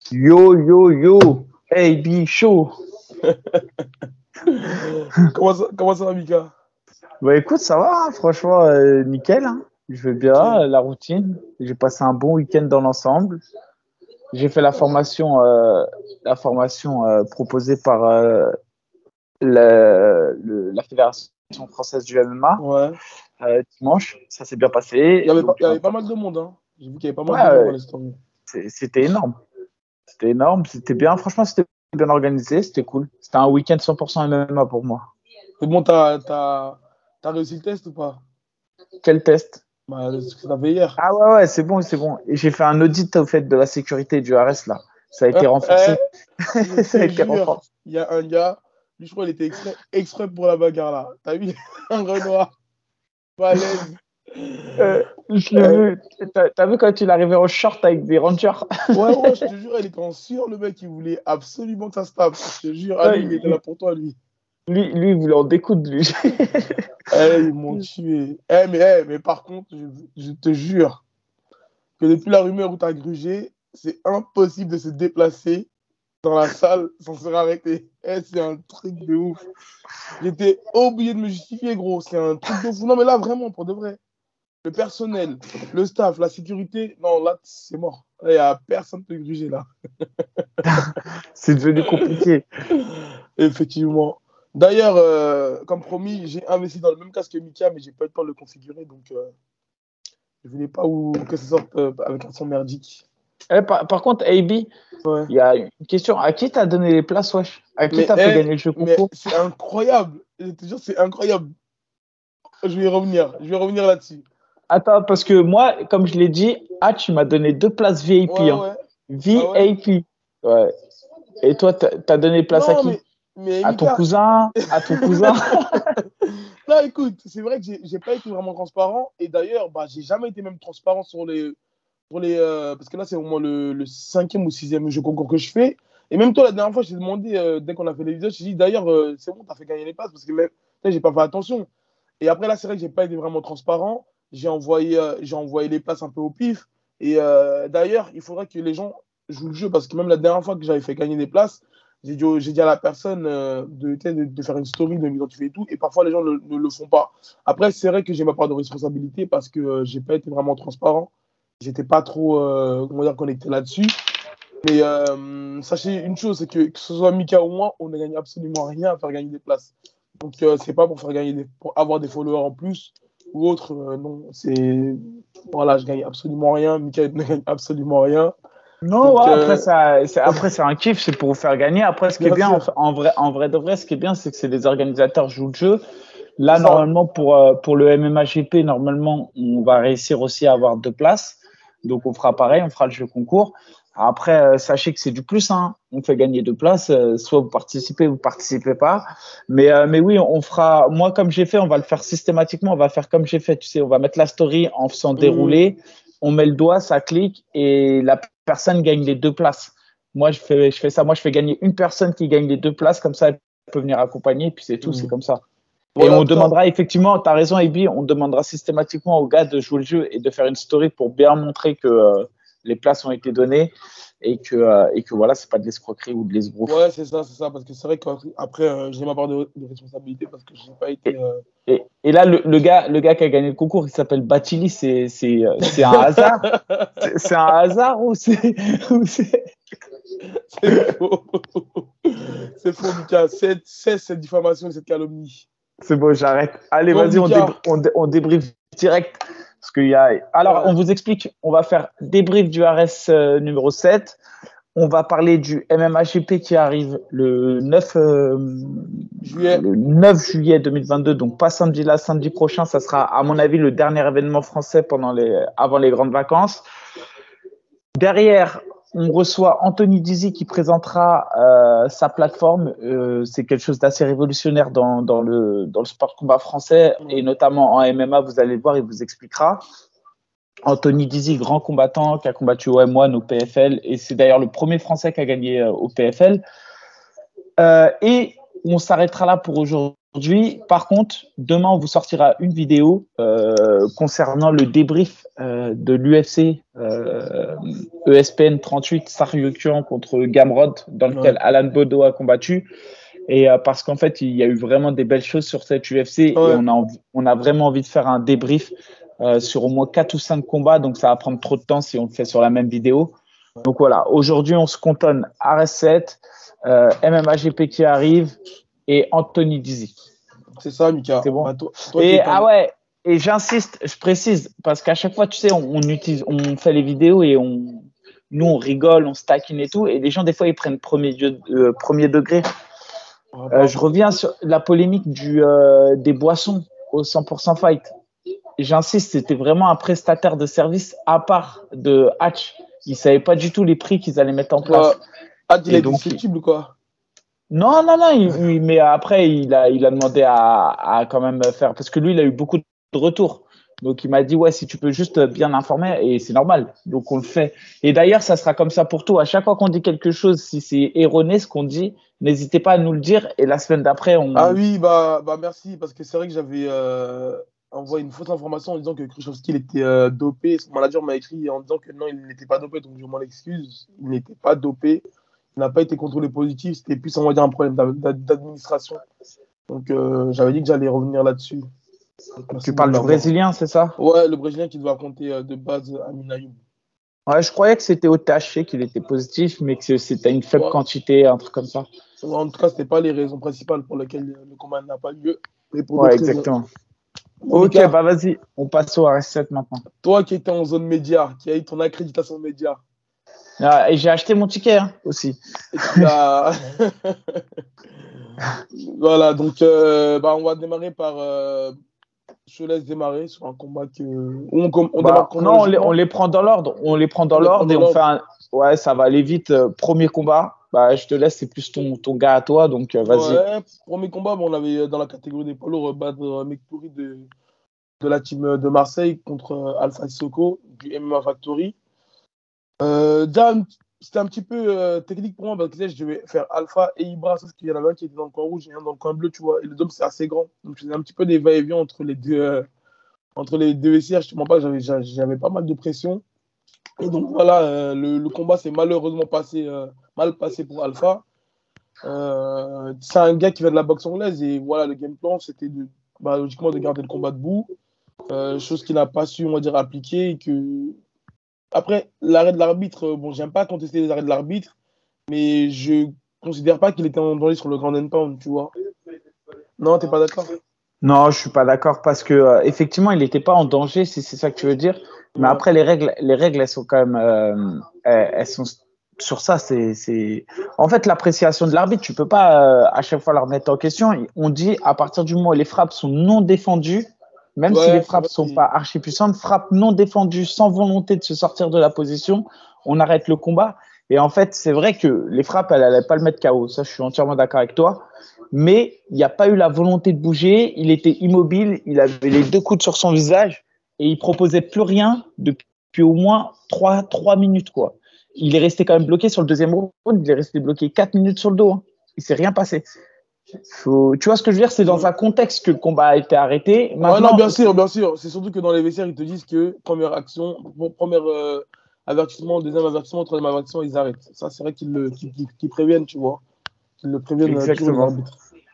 Yo, yo, yo, hey, be chaud. Comment ça va, Mika? Bah écoute, ça va, hein, franchement, nickel, hein. Je vais bien, Ok. la routine. J'ai passé un bon week-end dans l'ensemble. J'ai fait la formation proposée par la Fédération française du MMA Ouais. dimanche. Ça s'est bien passé. Il Donc, y avait pas mal de monde, hein. J'ai vu qu'il y avait pas mal ouais, de monde dans les stories. c'était énorme. C'était énorme, c'était bien. Franchement, c'était bien organisé, c'était cool. C'était un week-end 100% MMA pour moi. C'est bon, t'as réussi le test ou pas? Quel test? Bah, ce que t'as fait hier. Ah ouais, ouais, c'est bon, c'est bon. Et j'ai fait un audit au fait de la sécurité du RS là. Ça a été Eh, renforcé. je Ça a te été jure, renforcé. il y a un gars, lui, je crois qu'il était exprès pour la bagarre là. T'as vu? Un Renoir, balèze. Je l'ai Eh, vu. T'as vu quand il arrivait en short avec des rangers? ouais, ouais, je te jure, il était en sueur, le mec, il voulait absolument que ça se tape. Je te jure, ah, Ouais, lui, il était là pour toi, lui. lui, il voulait en découdre, lui. Eh, ils m'ont tué. Mais par contre, je te jure que depuis la rumeur où tu as grugé, c'est impossible de se déplacer dans la salle sans se faire arrêter. Eh, c'est un truc de ouf. J'étais obligé de me justifier, gros. C'est un truc de fou. Non, mais là, vraiment, pour de vrai. Le personnel, le staff, la sécurité, non, là, c'est mort. Il n'y a personne de gruger, là. C'est devenu compliqué. Effectivement. D'ailleurs, comme promis, j'ai investi dans le même casque que Mika, mais j'ai pas eu le temps de le configurer, donc je voulais pas que ça sorte avec un son merdique. Par contre, AB, il Ouais. y a une question. À qui t'as donné les places, wesh? À qui Mais, t'as fait gagner le jeu mais concours? c'est incroyable. Je te jure, c'est incroyable. Je vais y revenir. Je vais revenir là-dessus. Attends, parce que moi, comme je l'ai dit, tu m'as donné 2 places VIP, Ouais, hein. ouais. Ah ouais? VIP. Ouais. Et toi, t'as donné place à Non, qui? mais À ton Mika. cousin? À ton cousin? Non, écoute, c'est vrai que j'ai pas été vraiment transparent. Et d'ailleurs, bah, j'ai jamais été même transparent parce que là, c'est au moins le cinquième ou sixième jeu concours que je fais. Et même toi, la dernière fois, je t'ai demandé, dès qu'on a fait les vidéos, je t'ai dit, d'ailleurs, c'est bon, t'as fait gagner les places parce que même, tu sais, j'ai pas fait attention. Et après, là, c'est vrai que j'ai pas été vraiment transparent. J'ai envoyé les places un peu au pif. Et d'ailleurs, il faudrait que les gens jouent le jeu parce que même la dernière fois que j'avais fait gagner des places, j'ai dit à la personne de faire une story, de m'identifier et tout. Et parfois, les gens ne le font pas. Après, c'est vrai que j'ai ma part de responsabilité parce que j'ai pas été vraiment transparent. J'étais pas trop, comment dire, connecté là-dessus. Mais sachez une chose, c'est que ce soit Mika ou moi, on ne gagne absolument rien à faire gagner des places. Donc, c'est pas pour faire gagner pour avoir des followers en plus ou autre. Non, c'est. Voilà, je gagne absolument rien. Mika ne gagne absolument rien. Non, ouais, Donc, après, c'est un kiff, c'est pour vous faire gagner. Après, ce qui est bien bien, sûr, en vrai de vrai, ce qui est bien, c'est que c'est les organisateurs jouent le jeu. c'est Là, ça. normalement, pour le MMA-GP, normalement, on va réussir aussi à avoir 2 places. Donc, on fera pareil, on fera le jeu concours. Après, sachez que c'est du plus, hein. On fait gagner 2 places. Soit vous participez pas. Mais oui, on fera. Moi, comme j'ai fait, on va le faire systématiquement. On va faire comme j'ai fait. Tu sais, on va mettre la story en faisant Hum, dérouler. On met le doigt, ça clique et la personne gagne les 2 places. Moi, je fais ça. Moi, je fais gagner une personne qui gagne les 2 places. Comme ça, elle peut venir accompagner. Puis c'est tout. C'est hum. comme ça. Et Voilà, on en tout cas, demandera effectivement, tu as raison, Ebi, on demandera systématiquement aux gars de jouer le jeu et de faire une story pour bien montrer que les places ont été données et que voilà, c'est pas de l'escroquerie ou de l'esbrouf. ouais, c'est ça, parce que c'est vrai qu'après, j'ai ma part de responsabilité parce que j'ai pas été. Et, et là, le gars qui a gagné le concours, il s'appelle Batili, c'est un hasard? C'est un hasard ou c'est. C'est faux. C'est faux, Mika. Cesse cette diffamation et cette calomnie. C'est bon, j'arrête. Allez, Bon, vas-y, Mika, on débriefe direct. Parce qu'il y a. Alors, on ouais, vous explique, on va faire débrief du RS numéro 7. On va parler du MMAGP qui arrive juillet. le 9 juillet 2022, donc pas samedi là, samedi prochain, ça sera à mon avis le dernier événement français avant les grandes vacances. Derrière, on reçoit Anthony Dizzy qui présentera sa plateforme. C'est quelque chose d'assez révolutionnaire dans le sport de combat français et Ouais. notamment en MMA, vous allez le voir, il vous expliquera. Anthony Dizzy, grand combattant qui a combattu au M1, au PFL, et c'est d'ailleurs le premier Français qui a gagné au PFL. Et on s'arrêtera là pour aujourd'hui. aujourd'hui, par contre, demain, on vous sortira une vidéo concernant le débrief de l'UFC ESPN 38 Saryokian contre Gamrod, dans lequel Alan Bodo a combattu. Et parce qu'en fait, il y a eu vraiment des belles choses sur cette UFC et on a vraiment envie de faire un débrief sur au moins 4 ou 5 combats. Donc, ça va prendre trop de temps si on le fait sur la même vidéo. Donc, voilà. Aujourd'hui, on se cantonne RS7, MMA GP qui arrive et Anthony Dizzy. C'est ça, Mika. C'est bon. Bah, ouais. Et j'insiste, je précise, parce qu'à chaque fois, tu sais, on fait les vidéos et nous, on rigole, on se taquine et tout. Et les gens, des fois, ils prennent premier degré. Je reviens sur la polémique des boissons au 100% Fight. Et j'insiste, c'était vraiment un prestataire de service à part de Hatch. Ils ne savaient pas du tout les prix qu'ils allaient mettre en place. Hatch, il est susceptible ou quoi? Non, mais après, il a demandé à quand même faire, parce que lui, il a eu beaucoup de retours. Donc, il m'a dit, ouais, si tu peux juste bien informer, et c'est normal. Donc, on le fait. Et d'ailleurs, ça sera comme ça pour tout. À chaque fois qu'on dit quelque chose, si c'est erroné ce qu'on dit, n'hésitez pas à nous le dire. Et la semaine d'après, Ah oui, bah merci, parce que c'est vrai que j'avais envoyé une fausse information en disant que Krzyzewski était dopé. Son manager m'a écrit en disant que non, il n'était pas dopé, donc je m'en excuse. Il n'était pas dopé. Il n'a pas été contrôlé positif. C'était plus, on va dire, un problème d'administration. Donc, j'avais dit que j'allais revenir là-dessus. Tu parles du Brésilien, c'est ça? Ouais, le Brésilien qui doit affronter de base Amin Ayoub. Ouais, je croyais que c'était au THC qu'il était positif, mais que c'était une faible quantité, un truc comme ça. En tout cas, ce n'était pas les raisons principales pour lesquelles le combat n'a pas lieu. Mais pour ouais, exactement. Ok, bah vas-y, on passe au RS7 maintenant. Toi qui étais en zone média, qui a eu ton accréditation média. Et j'ai acheté mon ticket aussi. Voilà, donc on va démarrer par. Je te laisse démarrer sur un combat que. On les prend dans l'ordre. On les prend dans l'ordre et on fait un. Ouais, ça va aller vite. Premier combat. Bah, je te laisse, c'est plus ton gars à toi, donc vas-y. Ouais, premier combat, on avait dans la catégorie des poids lourds Badr Mektouri de la team de Marseille contre Alpha Sissoko du MMA Factory. Déjà, c'était un petit peu technique pour moi parce que je devais faire Alpha et Ibra, sauf qu'il y en avait un qui était dans le coin rouge et un dans le coin bleu, tu vois. Et le dôme, c'est assez grand. Donc, je faisais un petit peu des va-et-vient entre les deux vestiaires. Je ne te mens pas, j'avais pas mal de pression. Et donc, voilà, le combat s'est malheureusement mal passé pour Alpha. C'est un gars qui vient de la boxe anglaise et voilà, le game plan, c'était logiquement de garder le combat debout. Chose qu'il n'a pas su, on va dire, appliquer et que. Après, l'arrêt de l'arbitre, j'aime pas contester les arrêts de l'arbitre, mais je considère pas qu'il était en danger sur le ground and pound, tu vois. Non, t'es pas d'accord? Non, je suis pas d'accord parce que effectivement, il n'était pas en danger, si c'est ça que tu veux dire. Mais après, les règles, elles sont quand même, elles sont sur ça. En fait, l'appréciation de l'arbitre, tu peux pas à chaque fois la remettre en question. On dit à partir du moment où les frappes sont non défendues. Même si les frappes ne sont pas archi puissantes, frappe non défendue sans volonté de se sortir de la position, on arrête le combat. Et en fait, c'est vrai que les frappes, elles n'allaient pas le mettre KO. Ça, je suis entièrement d'accord avec toi. Mais il n'y a pas eu la volonté de bouger. Il était immobile. Il avait les 2 coudes sur son visage et il proposait plus rien depuis au moins 3 minutes, quoi. Il est resté quand même bloqué sur le deuxième round. Il est resté bloqué 4 minutes sur le dos. Il ne s'est rien passé. Tu vois ce que je veux dire? C'est dans un contexte que le combat a été arrêté. Maintenant, bien sûr. C'est surtout que dans les vestiaires, ils te disent que première action, avertissement, deuxième avertissement, troisième avertissement, ils arrêtent. Ça, c'est vrai qu'ils préviennent, tu vois. Qu'ils le préviennent toujours les arbitres.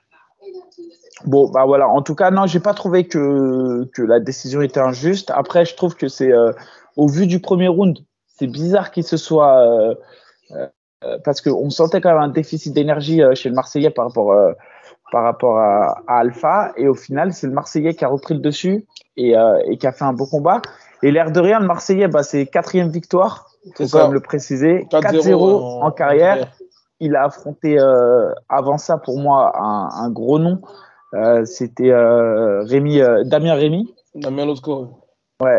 Bon, bah voilà. En tout cas, non, j'ai pas trouvé que la décision était injuste. Après, je trouve que c'est, au vu du premier round, c'est bizarre qu'il se soit. Parce qu'on sentait quand même un déficit d'énergie chez le Marseillais par rapport à Alpha. Et au final, c'est le Marseillais qui a repris le dessus et qui a fait un beau combat. Et l'air de rien, le Marseillais, c'est 4e victoire. Il faut quand même le préciser. 4-0 en carrière. Il a affronté, avant ça, pour moi, un gros nom. C'était Damien Rémy. Damien Losco. Ouais.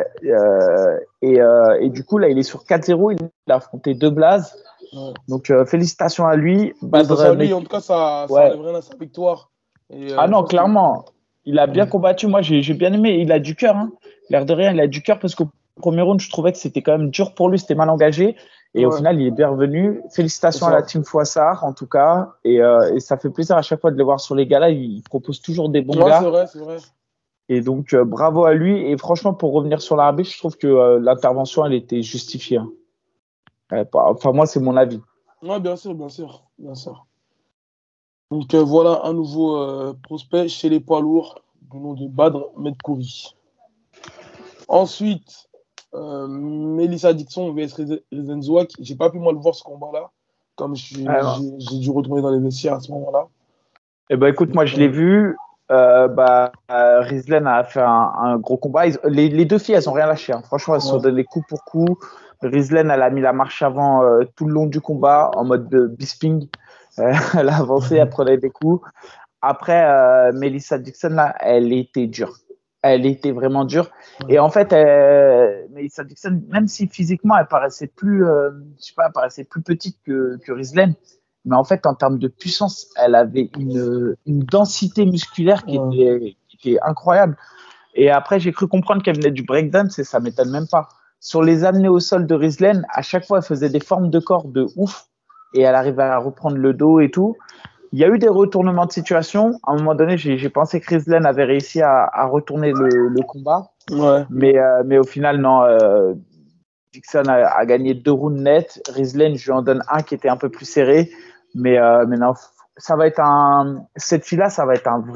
Et du coup, là, il est sur 4-0. Il a affronté De Blaze. Ouais. Donc, félicitations à lui. Félicitations à lui, en tout cas, ça enlève rien à sa victoire. Et, non, clairement. Il a bien combattu. Moi, j'ai bien aimé. Il a du cœur. Hein. L'air de rien, il a du cœur parce qu'au premier round, je trouvais que c'était quand même dur pour lui. C'était mal engagé. Et au final, il est bien revenu. Félicitations à la team Fouassard, en tout cas. Et ça fait plaisir à chaque fois de les voir sur les galas. Ils proposent toujours des bons gars. C'est vrai, c'est vrai. Et donc, bravo à lui. Et franchement, pour revenir sur l'arbitre, je trouve que l'intervention, elle était justifiée. Hein. Enfin, moi, c'est mon avis. Ouais, bien sûr, bien sûr, bien sûr. Donc voilà un nouveau prospect chez les poids lourds du nom de Badr Medkouri. Ensuite, Melissa Dixon vs Rizenzouak. J'ai pas pu moi le voir ce combat-là, comme j'ai dû retourner dans les vestiaires à ce moment-là. Eh ben écoute, moi je l'ai vu. Rizlen a fait un gros combat. Les deux filles, elles ont rien lâché. Hein. Franchement, elles se sont données coup pour coup. Rizlen, elle a mis la marche avant tout le long du combat en mode de bisping. Elle a avancé, elle prenait des coups. Après, Melissa Dixon, là, elle était dure. Elle était vraiment dure. Et en fait, Melissa Dixon, même si physiquement, elle paraissait plus, je sais pas, elle paraissait plus petite que Rizlen, mais en fait, en termes de puissance, elle avait une densité musculaire qui était incroyable. Et après, j'ai cru comprendre qu'elle venait du breakdance et ça m'étonne même pas. Sur les amener au sol de Rizlen, à chaque fois, elle faisait des formes de corps de ouf et elle arrivait à reprendre le dos et tout. Il y a eu des retournements de situation. À un moment donné, j'ai pensé que Rizlen avait réussi à retourner le combat. Mais au final, non. Dixon a gagné 2 rounds nets. Rizlen, je lui en donne un qui était un peu plus serré. Mais non, ça va être cette fille-là, ça va être un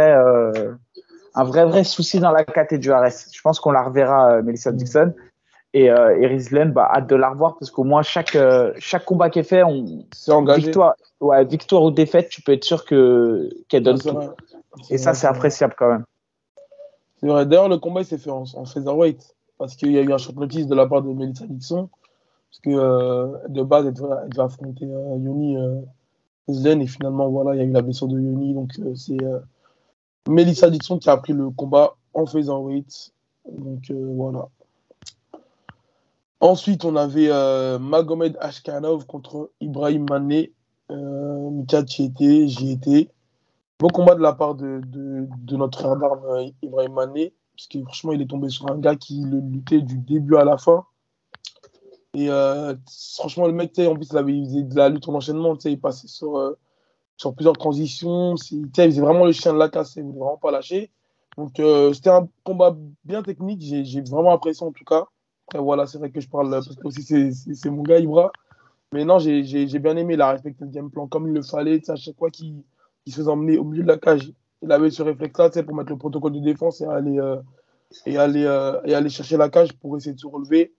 vrai souci dans la KT du RS. Je pense qu'on la reverra, Melissa Dixon. Et Rizlen, hâte de la revoir parce qu'au moins chaque combat qui est fait, victoire ou défaite, tu peux être sûr qu'elle donne tout. Et ça, c'est appréciable quand même. C'est vrai. D'ailleurs, le combat il s'est fait en featherweight parce qu'il y a eu un champion de la part de Melissa Dixon. Parce que de base, elle devait affronter Yoni Rizlen et finalement, voilà, il y a eu la blessure de Yoni. Donc, c'est Melissa Dixon qui a pris le combat en featherweight. Donc, voilà. Ensuite, on avait Magomed Ashkanov contre Ibrahim Mané. Mika, j'y étais. Bon combat de la part de notre frère d'armes Ibrahim Mané, parce que franchement, il est tombé sur un gars qui le luttait du début à la fin. Et franchement, le mec, en plus, il faisait de la lutte en enchaînement, il passait sur plusieurs transitions. Il faisait vraiment le chien de la casse, il ne voulait vraiment pas lâcher. Donc, c'était un combat bien technique, j'ai vraiment apprécié en tout cas. Après, voilà, c'est vrai que je parle parce que aussi c'est mon gars, Ibra. Mais non, j'ai bien aimé, il a respecté le game plan comme il le fallait. À chaque fois qu'il se faisait emmener au milieu de la cage, il avait ce réflexe-là pour mettre le protocole de défense et aller chercher la cage pour essayer de se relever.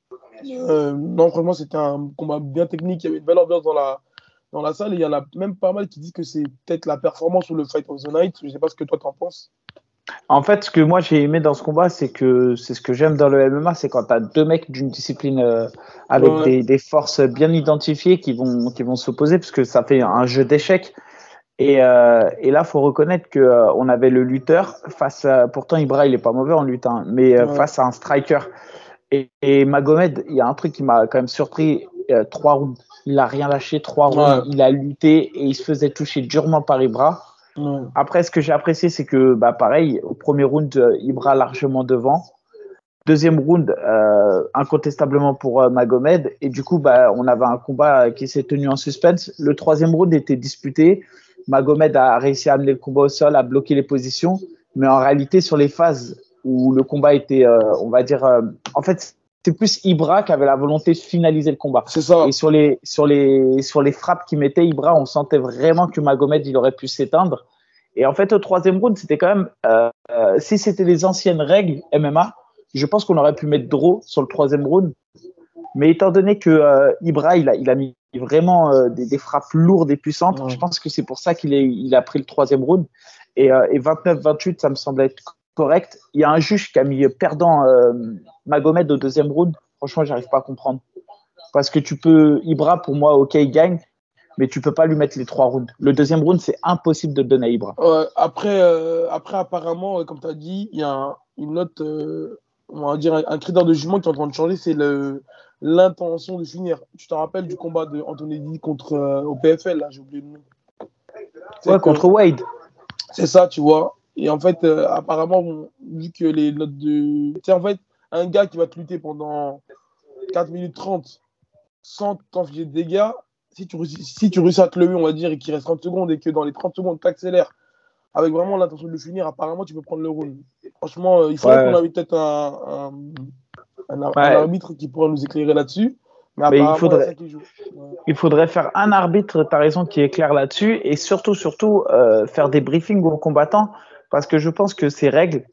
Non, franchement, c'était un combat bien technique. Il y avait une belle ambiance dans la salle. Et il y en a même pas mal qui disent que c'est peut-être la performance ou le fight of the night. Je ne sais pas ce que toi t'en penses. En fait, ce que moi j'ai aimé dans ce combat, c'est ce que j'aime dans le MMA, c'est quand tu as deux mecs d'une discipline avec des forces bien identifiées qui vont s'opposer, parce que ça fait un jeu d'échecs. Et là, faut reconnaître que on avait le lutteur face à, pourtant Ibra il est pas mauvais en lutte, hein, mais face à un striker. Et Magomed, il y a un truc qui m'a quand même surpris, 3 rounds. Il a rien lâché, 3 rounds. Il a lutté et il se faisait toucher durement par Ibra. Après, ce que j'ai apprécié, c'est que, pareil, au premier round, Ibra largement devant. Deuxième round, incontestablement pour Magomed. Et du coup, on avait un combat qui s'est tenu en suspense. Le troisième round était disputé. Magomed a réussi à amener le combat au sol, à bloquer les positions. Mais en réalité, sur les phases où le combat était, on va dire, en fait, c'est plus Ibra qui avait la volonté de finaliser le combat. C'est ça. Et sur les frappes qu'il mettait, Ibra, on sentait vraiment que Magomed, il aurait pu s'éteindre. Et en fait, au troisième round, c'était quand même, si c'était les anciennes règles MMA, je pense qu'on aurait pu mettre draw sur le troisième round. Mais étant donné que Ibra, il a mis vraiment des frappes lourdes et puissantes, je pense que c'est pour ça qu'il a pris le troisième round. Et 29-28, ça me semble être correct. Il y a un juge qui a mis perdant Magomed au deuxième round. Franchement, j'arrive pas à comprendre. Parce que Ibra, pour moi, ok, il gagne, mais tu peux pas lui mettre les 3 rounds. Le deuxième round, c'est impossible de le donner à Ibra. Après, apparemment, comme tu as dit, il y a une autre, on va dire, un critère de jugement qui est en train de changer, c'est l'intention de finir. Tu te rappelles du combat de Antonelli contre au PFL, là, j'ai oublié le nom. Contre Wade. C'est ça, tu vois. Et en fait, apparemment, vu que les notes de. Tu sais, en fait, un gars qui va te lutter pendant 4 minutes 30 sans t'enfiler de dégâts, si tu réussis à te lever, on va dire, et qu'il reste 30 secondes et que dans les 30 secondes, tu accélères avec vraiment l'intention de le finir, apparemment, tu peux prendre le round. Franchement, il faudrait qu'on Ouais. ait peut-être un Ouais. arbitre qui pourrait nous éclairer là-dessus. Mais Mais apparemment, il y a ça qui joue. Ouais. il faudrait faire un arbitre, tu as raison, qui est clair là-dessus, et surtout, faire des briefings aux combattants, parce que je pense que ces règles,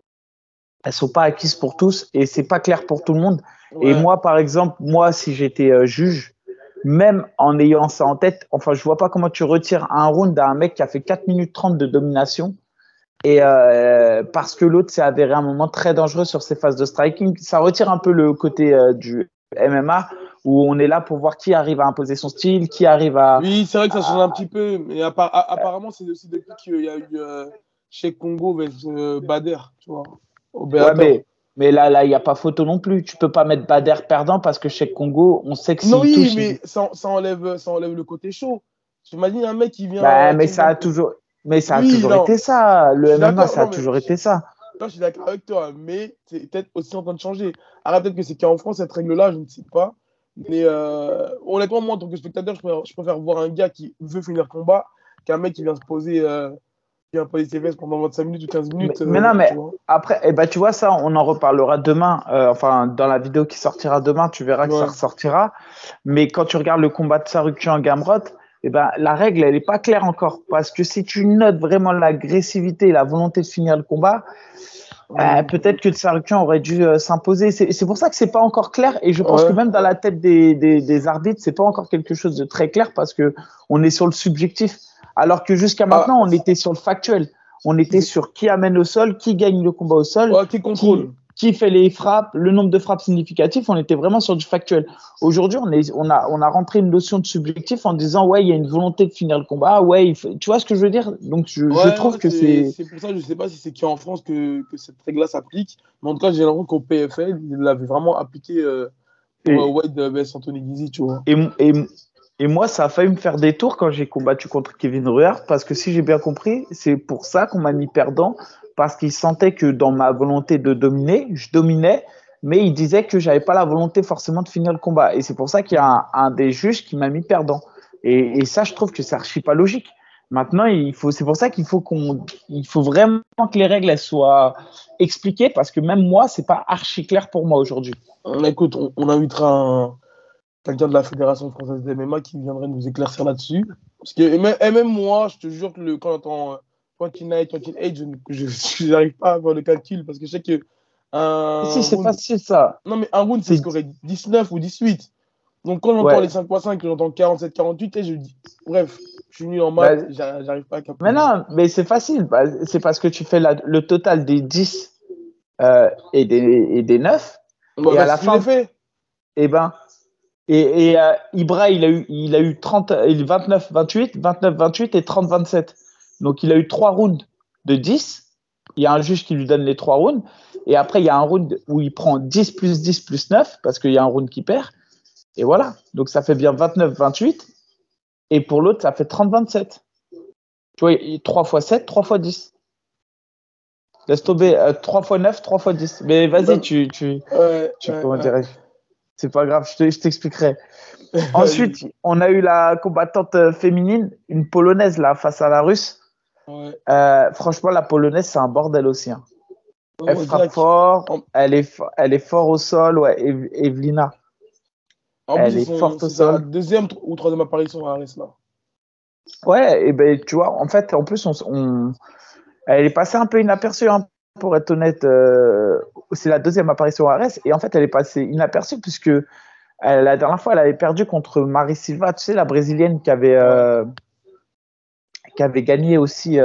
elles sont pas acquises pour tous, et c'est pas clair pour tout le monde. Et Ouais. moi, par exemple, moi, si j'étais juge, même en ayant ça en tête, enfin, je vois pas comment tu retires un round à un mec qui a fait 4 minutes 30 de domination, et parce que l'autre s'est avéré un moment très dangereux sur ses phases de striking. Ça retire un peu le côté du MMA, où on est là pour voir qui arrive à imposer son style, qui arrive à… Oui, c'est vrai que ça change un petit peu, mais apparemment, c'est aussi depuis qu'il y a eu chez Congo versus Bader, tu vois, au Ouais, Bellator. mais là, il n'y a pas photo non plus. Tu peux pas mettre Bader perdant parce que chez Congo, on sait que Non, s'il oui, touche, mais ça enlève le côté chaud. J'imagine un mec bah, qui vient. mais ça a Oui, toujours non, été ça. je Le suis MMA, d'accord. ça a Non, mais toujours été ça. non, je suis d'accord avec toi, mais c'est peut-être aussi en train de changer. Alors, peut-être que c'est qu'en France, cette règle-là, je ne sais pas. Mais honnêtement, moi, en tant que spectateur, je préfère voir un gars qui veut finir le combat qu'un mec qui vient se poser, qui vient poser ses fesses pendant 25 minutes ou 15 minutes, Mais non, tu mais vois. après, eh ben, tu vois, ça, on en reparlera demain. Enfin, dans la vidéo qui sortira demain, tu verras que ça Ouais. ressortira. Mais quand tu regardes le combat de Sarukian Gamrot, eh ben, la règle, elle n'est pas claire encore. Parce que si tu notes vraiment l'agressivité et la volonté de finir le combat, peut-être que Sarukian aurait dû s'imposer. C'est pour ça que c'est pas encore clair. Et je pense que Ouais. même dans la tête des arbitres, c'est pas encore quelque chose de très clair parce que on est sur le subjectif. Alors que jusqu'à Ah, maintenant, on était sur le factuel. On était c'est- sur qui amène au sol, qui gagne le combat au sol, ouais, qui contrôle. qui fait les frappes, le nombre de frappes significatif. On était vraiment sur du factuel. Aujourd'hui, on a rentré une notion de subjectif en disant, ouais, il y a une volonté de finir le combat. Ouais, tu vois ce que je veux dire? Donc, je Ouais, trouve ouais, que c'est pour ça, je sais pas si c'est qu'en France que cette règle-là s'applique. Mais en tout cas, j'ai l'impression qu'au PFL, il l'avait vraiment appliqué pour et, Wade vs Anthony Gizzi, tu vois. et, et, et moi, ça a failli me faire des tours quand j'ai combattu contre Kevin Ruhr, parce que si j'ai bien compris, c'est pour ça qu'on m'a mis perdant, parce qu'il sentait que dans ma volonté de dominer, je dominais, mais il disait que j'avais pas la volonté forcément de finir le combat. Et c'est pour ça qu'il y a un des juges qui m'a mis perdant. Et ça, je trouve que c'est archi pas logique. Maintenant, c'est pour ça il faut vraiment que les règles elles soient expliquées, parce que même moi, c'est pas archi clair pour moi aujourd'hui. Écoute, on invitera quelqu'un de la Fédération française d'MMA qui viendrait nous éclaircir là-dessus. Parce que et même moi, je te jure que quand j'entends 29, 28, je n'arrive pas à faire le calcul parce que je sais que Si, un c'est round. facile ça. Non, mais un round, c'est C'est scoré 19 ou 18. Donc quand j'entends Ouais. les 5x5, que j'entends 47, 48, et je dis, bref, je suis nul en Bah, maths, j'arrive pas à capter. mais non, mais c'est facile. Bah, c'est parce que tu fais le total des 10 et des 9. Bah, Et à c'est la ce que j'ai fin, fait. eh ben, Ibra, il a eu 30, 29, 28, 29, 28 et 30, 27. Donc, il a eu 3 rounds de 10. Il y a un juge qui lui donne les 3 rounds. Et après, il y a un round où il prend 10 plus 10 plus 9 parce qu'il y a un round qui perd. Et voilà. Donc, ça fait bien 29, 28. Et pour l'autre, ça fait 30, 27. Tu vois, 3 fois 7, 3 fois 10. Laisse tomber 3 fois 9, 3 fois 10. Mais vas-y, Bah, ouais, ouais, comment ouais. dirais-je? C'est pas grave, je t'expliquerai. Vas-y. Ensuite, on a eu la combattante féminine, une polonaise là, face à la russe. Ouais. Franchement, la polonaise, c'est un bordel aussi, hein. Elle On frappe dirait que- fort, en, elle est fort au sol. Ouais, Evelina, en plus, elle est forte au c'est sa sol. deuxième ou troisième apparition à Ares, là. Ouais, et ben tu vois, en fait, en plus, elle est passée un peu inaperçue, hein, pour être honnête. C'est la deuxième apparition à Arès, et en fait, elle est passée inaperçue puisque la dernière fois, elle avait perdu contre Mari Silva, tu sais, la brésilienne Ouais. qui avait gagné aussi.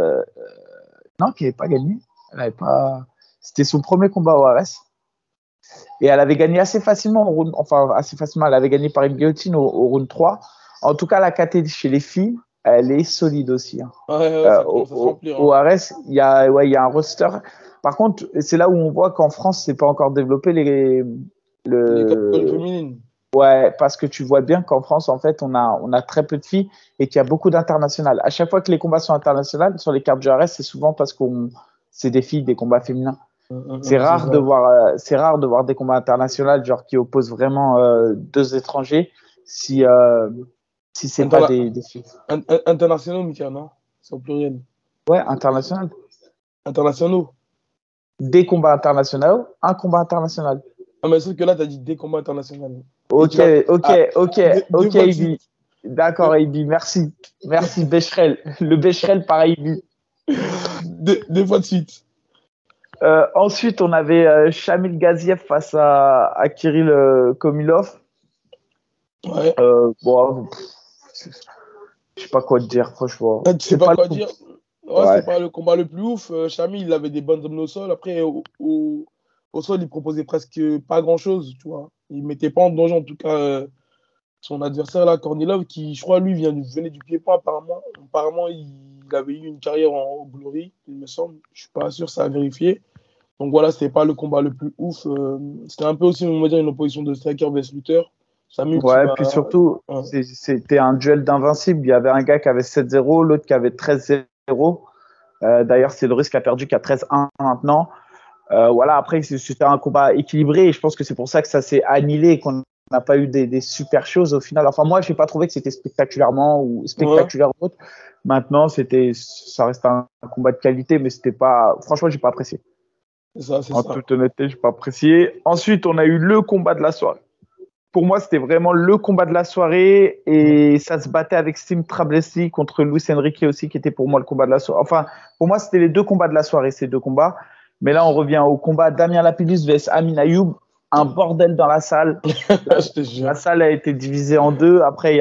Non, qui n'avait pas gagné. Elle avait pas. C'était son premier combat au Arès. Et elle avait gagné assez facilement enfin assez facilement, elle avait gagné par une guillotine au round 3. En tout cas, la KT chez les filles, elle est solide aussi, hein. Ouais, ouais, ça commence à se remplir, Au hein. Ares, il y a un roster. Par contre, c'est là où on voit qu'en France, c'est pas encore développé Les catégories le, féminines. ouais, parce que tu vois bien qu'en France, en fait, on a très peu de filles et qu'il y a beaucoup d'internationales. À chaque fois que les combats sont internationaux sur les cartes du Ares, c'est souvent parce c'est des filles, des combats féminins. C'est C'est rare ça. de voir, c'est rare de voir des combats internationaux genre qui opposent vraiment deux étrangers si si c'est pas Interna- des internationaux, Mika, non? C'est au pluriel. ouais international, Internationaux. des combats internationaux, un combat international. Ah, mais sauf que là, tu as dit des combats internationaux. Et Ok, tu l'as. ok, Ah, ok, deux ok, fois de suite. Ibi. D'accord, Deux, Ibi, merci. Merci, Becherel. Le Becherel par Ibi. deux fois de suite. Ensuite, on avait Shamil Gaziev face à Kirill Komilov. Ouais. Bon, je sais pas quoi te dire, franchement. Ah, tu sais C'est pas pas le quoi coup. dire. Ouais, c'était Ouais. pas le combat le plus ouf. Chami, il avait des bonnes hommes au sol. Après, au sol, il proposait presque pas grand-chose, tu vois. Il mettait pas en danger, en tout cas, son adversaire, là, Kornilov, qui, je crois, lui, venait du pied-point, apparemment. Apparemment, il avait eu une carrière au Glory, il me semble. Je suis pas sûr, ça a vérifié. Donc voilà, c'était pas le combat le plus ouf. C'était un peu aussi, on va dire, une opposition de striker vs lutteur. Samu qui Ouais, va. puis surtout, Ouais. c'était un duel d'invincible. Il y avait un gars qui avait 7-0, l'autre qui avait 13-0. D'ailleurs, c'est le risque qui a perdu, qui a 13-1 maintenant. Voilà, après, c'était un combat équilibré et je pense que c'est pour ça que ça s'est annihilé et qu'on n'a pas eu des super choses au final. Enfin, moi, je n'ai pas trouvé que c'était spectaculairement ou Ouais, spectaculaire ou autre. Maintenant, ça reste un combat de qualité, mais c'était pas, franchement, j'ai pas apprécié. c'est ça, c'est En ça. toute honnêteté, j'ai pas apprécié. Ensuite, on a eu le combat de la soirée. Pour moi, c'était vraiment le combat de la soirée et ça se battait avec Stim Trablesi contre Luis Enrique aussi, qui était pour moi le combat de la soirée. Enfin, pour moi, c'était les deux combats de la soirée, ces deux combats. Mais là, on revient au combat Damien Lapillus vs Amin Ayoub. Un bordel dans la salle. Je te La jure. salle a été divisée en deux. Après,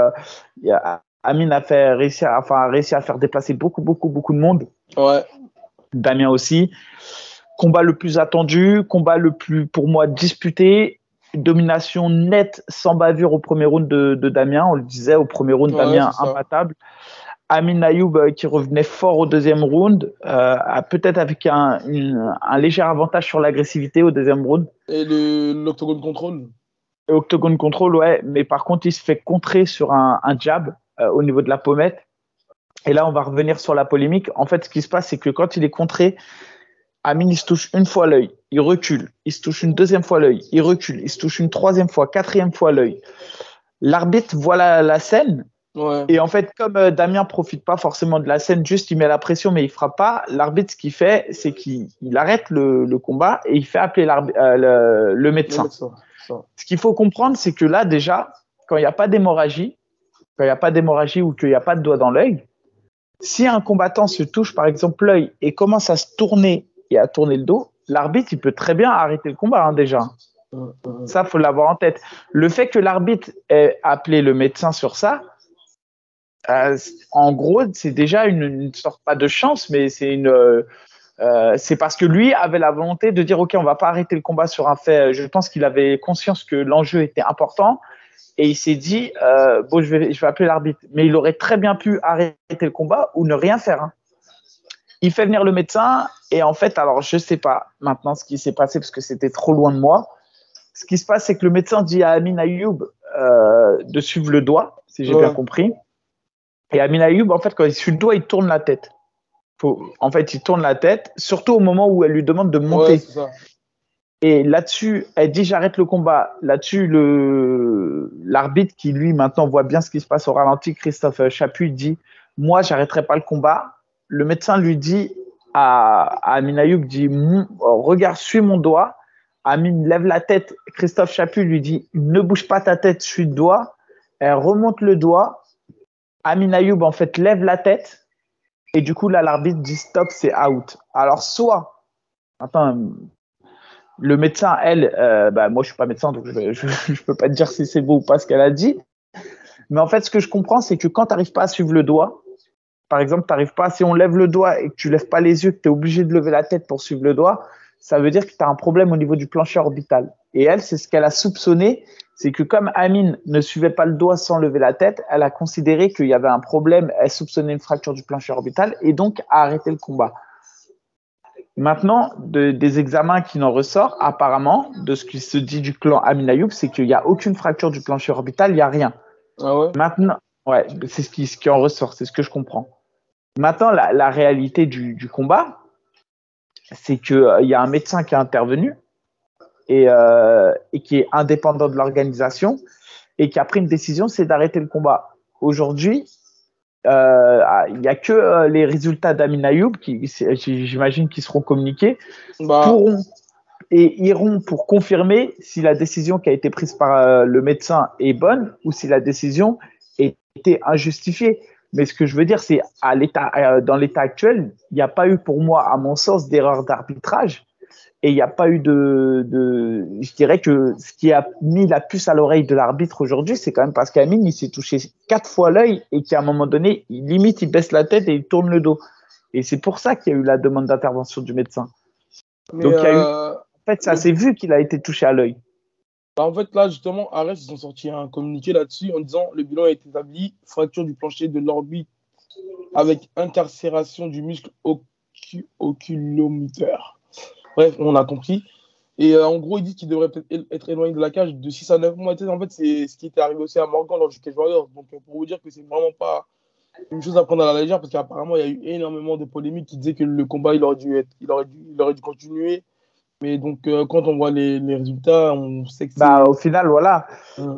Amin a réussi à faire déplacer beaucoup de monde. Ouais. Damien aussi. Combat le plus attendu, combat le plus, pour moi, disputé. Domination nette, sans bavure au premier round de Damien. On le disait, au premier round, Ouais, c'est Damien ça. imbattable. Amin Ayoub qui revenait fort au deuxième round, peut-être avec un léger avantage sur l'agressivité au deuxième round. Et l'octogone contrôle. Et Octogone contrôle, ouais, mais par contre, il se fait contrer sur un jab au niveau de la pommette. Et là, on va revenir sur la polémique. En fait, ce qui se passe, c'est que quand il est contré, Amin, il se touche une fois l'œil, il recule, il se touche une deuxième fois l'œil, il recule, il se touche une troisième fois, quatrième fois l'œil. L'arbitre voit la scène Ouais. et en fait, comme Damien profite pas forcément de la scène, juste il met la pression mais il frappe pas, l'arbitre ce qu'il fait, c'est qu'il arrête le combat et il fait appeler le Le médecin. médecin. Ça. Ce qu'il faut comprendre, c'est que là déjà, quand il n'y a pas d'hémorragie, ou qu'il n'y a pas de doigt dans l'œil, si un combattant se touche par exemple l'œil et commence à se tourner et à tourner le dos, l'arbitre il peut très bien arrêter le combat déjà. Ça, faut l'avoir en tête. Le fait que l'arbitre ait appelé le médecin sur ça, en gros, c'est déjà une sorte, pas de chance, mais c'est parce que lui avait la volonté de dire ok, on va pas arrêter le combat sur un fait. Je pense qu'il avait conscience que l'enjeu était important et il s'est dit bon, je vais appeler l'arbitre. Mais il aurait très bien pu arrêter le combat ou ne rien faire. Hein. Il fait venir le médecin et en fait, alors je sais pas maintenant ce qui s'est passé parce que c'était trop loin de moi. Ce qui se passe, c'est que le médecin dit à Amin Ayoub de suivre le doigt, si j'ai bien Ouais. compris. Et Amin Ayoub, en fait, quand il suit le doigt, il tourne la tête. En fait, il tourne la tête, surtout au moment où elle lui demande de Ouais, monter. c'est ça. Et là-dessus, elle dit j'arrête le combat. Là-dessus, l'arbitre qui lui maintenant voit bien ce qui se passe au ralenti, Christophe Chapuis, dit moi, j'arrêterai pas le combat. Le médecin lui dit à Amin Ayoub dit regarde, suis mon doigt. Amin lève la tête. Christophe Chapuis lui dit ne bouge pas ta tête, suis le doigt. Elle remonte le doigt. Amin Ayoub en fait lève la tête et du coup là l'arbitre dit stop, c'est out. Alors soit attends, le médecin, elle, moi je suis pas médecin donc je peux pas te dire si c'est beau ou pas ce qu'elle a dit. Mais en fait ce que je comprends c'est que quand tu n'arrives pas à suivre le doigt, par exemple, t'arrives pas, si on lève le doigt et que tu lèves pas les yeux, que tu es obligé de lever la tête pour suivre le doigt, ça veut dire que tu as un problème au niveau du plancher orbital. Et elle, c'est ce qu'elle a soupçonné, c'est que comme Amine ne suivait pas le doigt sans lever la tête, elle a considéré qu'il y avait un problème, elle soupçonnait une fracture du plancher orbital et donc a arrêté le combat. Maintenant, des examens qui en ressortent, apparemment, de ce qui se dit du clan Amin Ayoub, c'est qu'il n'y a aucune fracture du plancher orbital, il n'y a rien. Ah ouais? Maintenant, ouais, c'est ce qui en ressort, c'est ce que je comprends. Maintenant, la réalité du combat, c'est qu'il y a un médecin qui est intervenu et qui est indépendant de l'organisation et qui a pris une décision, c'est d'arrêter le combat. Aujourd'hui, il n'y a que les résultats d'Amin Ayoub, j'imagine, qui seront communiqués, et iront pour confirmer si la décision qui a été prise par le médecin est bonne ou si la décision était injustifiée. Mais ce que je veux dire, c'est dans l'état actuel, il n'y a pas eu pour moi, à mon sens, d'erreur d'arbitrage. Et il n'y a pas eu je dirais que ce qui a mis la puce à l'oreille de l'arbitre aujourd'hui, c'est quand même parce qu'Amin, il s'est touché 4 fois l'œil et qu'à un moment donné, limite, il baisse la tête et il tourne le dos. Et c'est pour ça qu'il y a eu la demande d'intervention du médecin. Donc, en fait, ça s'est vu qu'il a été touché à l'œil. En fait, là, justement, Arès, ils ont sorti un communiqué là-dessus en disant le bilan a été établi, fracture du plancher de l'orbite avec incarcération du muscle oculomoteur. Bref, on a compris. Et en gros, ils disent qu'il devrait peut-être être éloigné de la cage de 6 à 9 mois. En fait, c'est ce qui était arrivé aussi à Morgan lors du Cage Warriors. Donc, pour vous dire que c'est vraiment pas une chose à prendre à la légère, parce qu'apparemment, il y a eu énormément de polémiques qui disaient que le combat, il aurait dû continuer. Mais donc, quand on voit les résultats, on sait que c'est… Au final, voilà.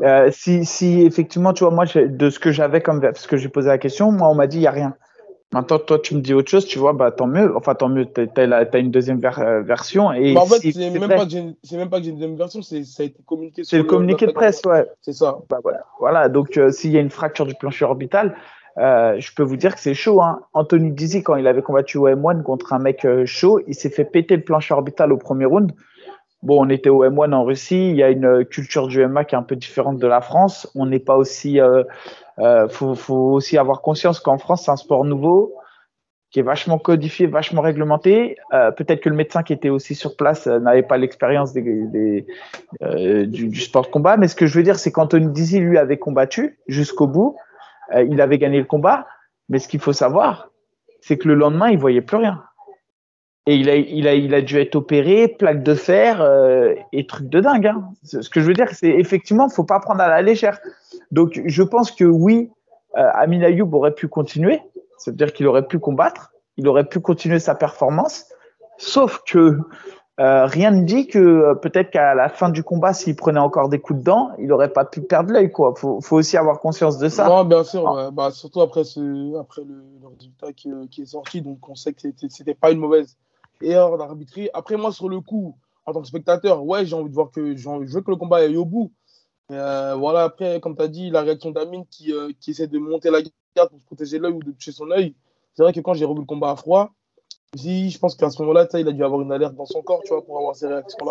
Si effectivement, tu vois, moi, de ce que j'avais parce que j'ai posé la question, moi, on m'a dit, il n'y a rien. Maintenant, toi, tu me dis autre chose, tu vois, tant mieux. Enfin, tant mieux, t'as une deuxième version. Et en fait, c'est même pas que j'ai une deuxième version, ça a été communiqué sur le communiqué de presse, ouais. C'est ça. Voilà. Donc, s'il y a une fracture du plancher orbital, je peux vous dire que c'est chaud. Hein. Anthony Dizzy, quand il avait combattu au M1 contre un mec chaud, il s'est fait péter le plancher orbital au premier round. Bon, on était au M1 en Russie. Il y a une culture du MMA qui est un peu différente de la France. On n'est pas aussi… faut aussi avoir conscience qu'en France, c'est un sport nouveau qui est vachement codifié, vachement réglementé. Peut-être que le médecin qui était aussi sur place n'avait pas l'expérience du sport de combat. Mais ce que je veux dire, c'est qu'Anthony Dizzy, lui, avait combattu jusqu'au bout. Il avait gagné le combat. Mais ce qu'il faut savoir, c'est que le lendemain, il voyait plus rien. Et il a dû être opéré, plaque de fer et truc de dingue. Hein. Ce que je veux dire, c'est effectivement, faut pas prendre à la légère. Donc, je pense que oui, Amin Ayoub aurait pu continuer. Ça veut dire qu'il aurait pu combattre, il aurait pu continuer sa performance. Sauf que rien ne dit que peut-être qu'à la fin du combat, s'il prenait encore des coups de dents, il n'aurait pas pu perdre l'œil. Faut aussi avoir conscience de ça. Non, bien sûr. Ouais. Surtout après le résultat qui est sorti. Donc, on sait que c'était pas une mauvaise erreur d'arbitrer. Après, moi, sur le coup, en tant que spectateur, ouais, j'ai envie de voir je veux que le combat aille au bout. Voilà, après, comme tu as dit, la réaction d'Amin qui essaie de monter la garde pour se protéger l'œil ou de toucher son œil. C'est vrai que quand j'ai revu le combat à froid, je pense qu'à ce moment-là, il a dû avoir une alerte dans son corps, tu vois, pour avoir ces réactions-là.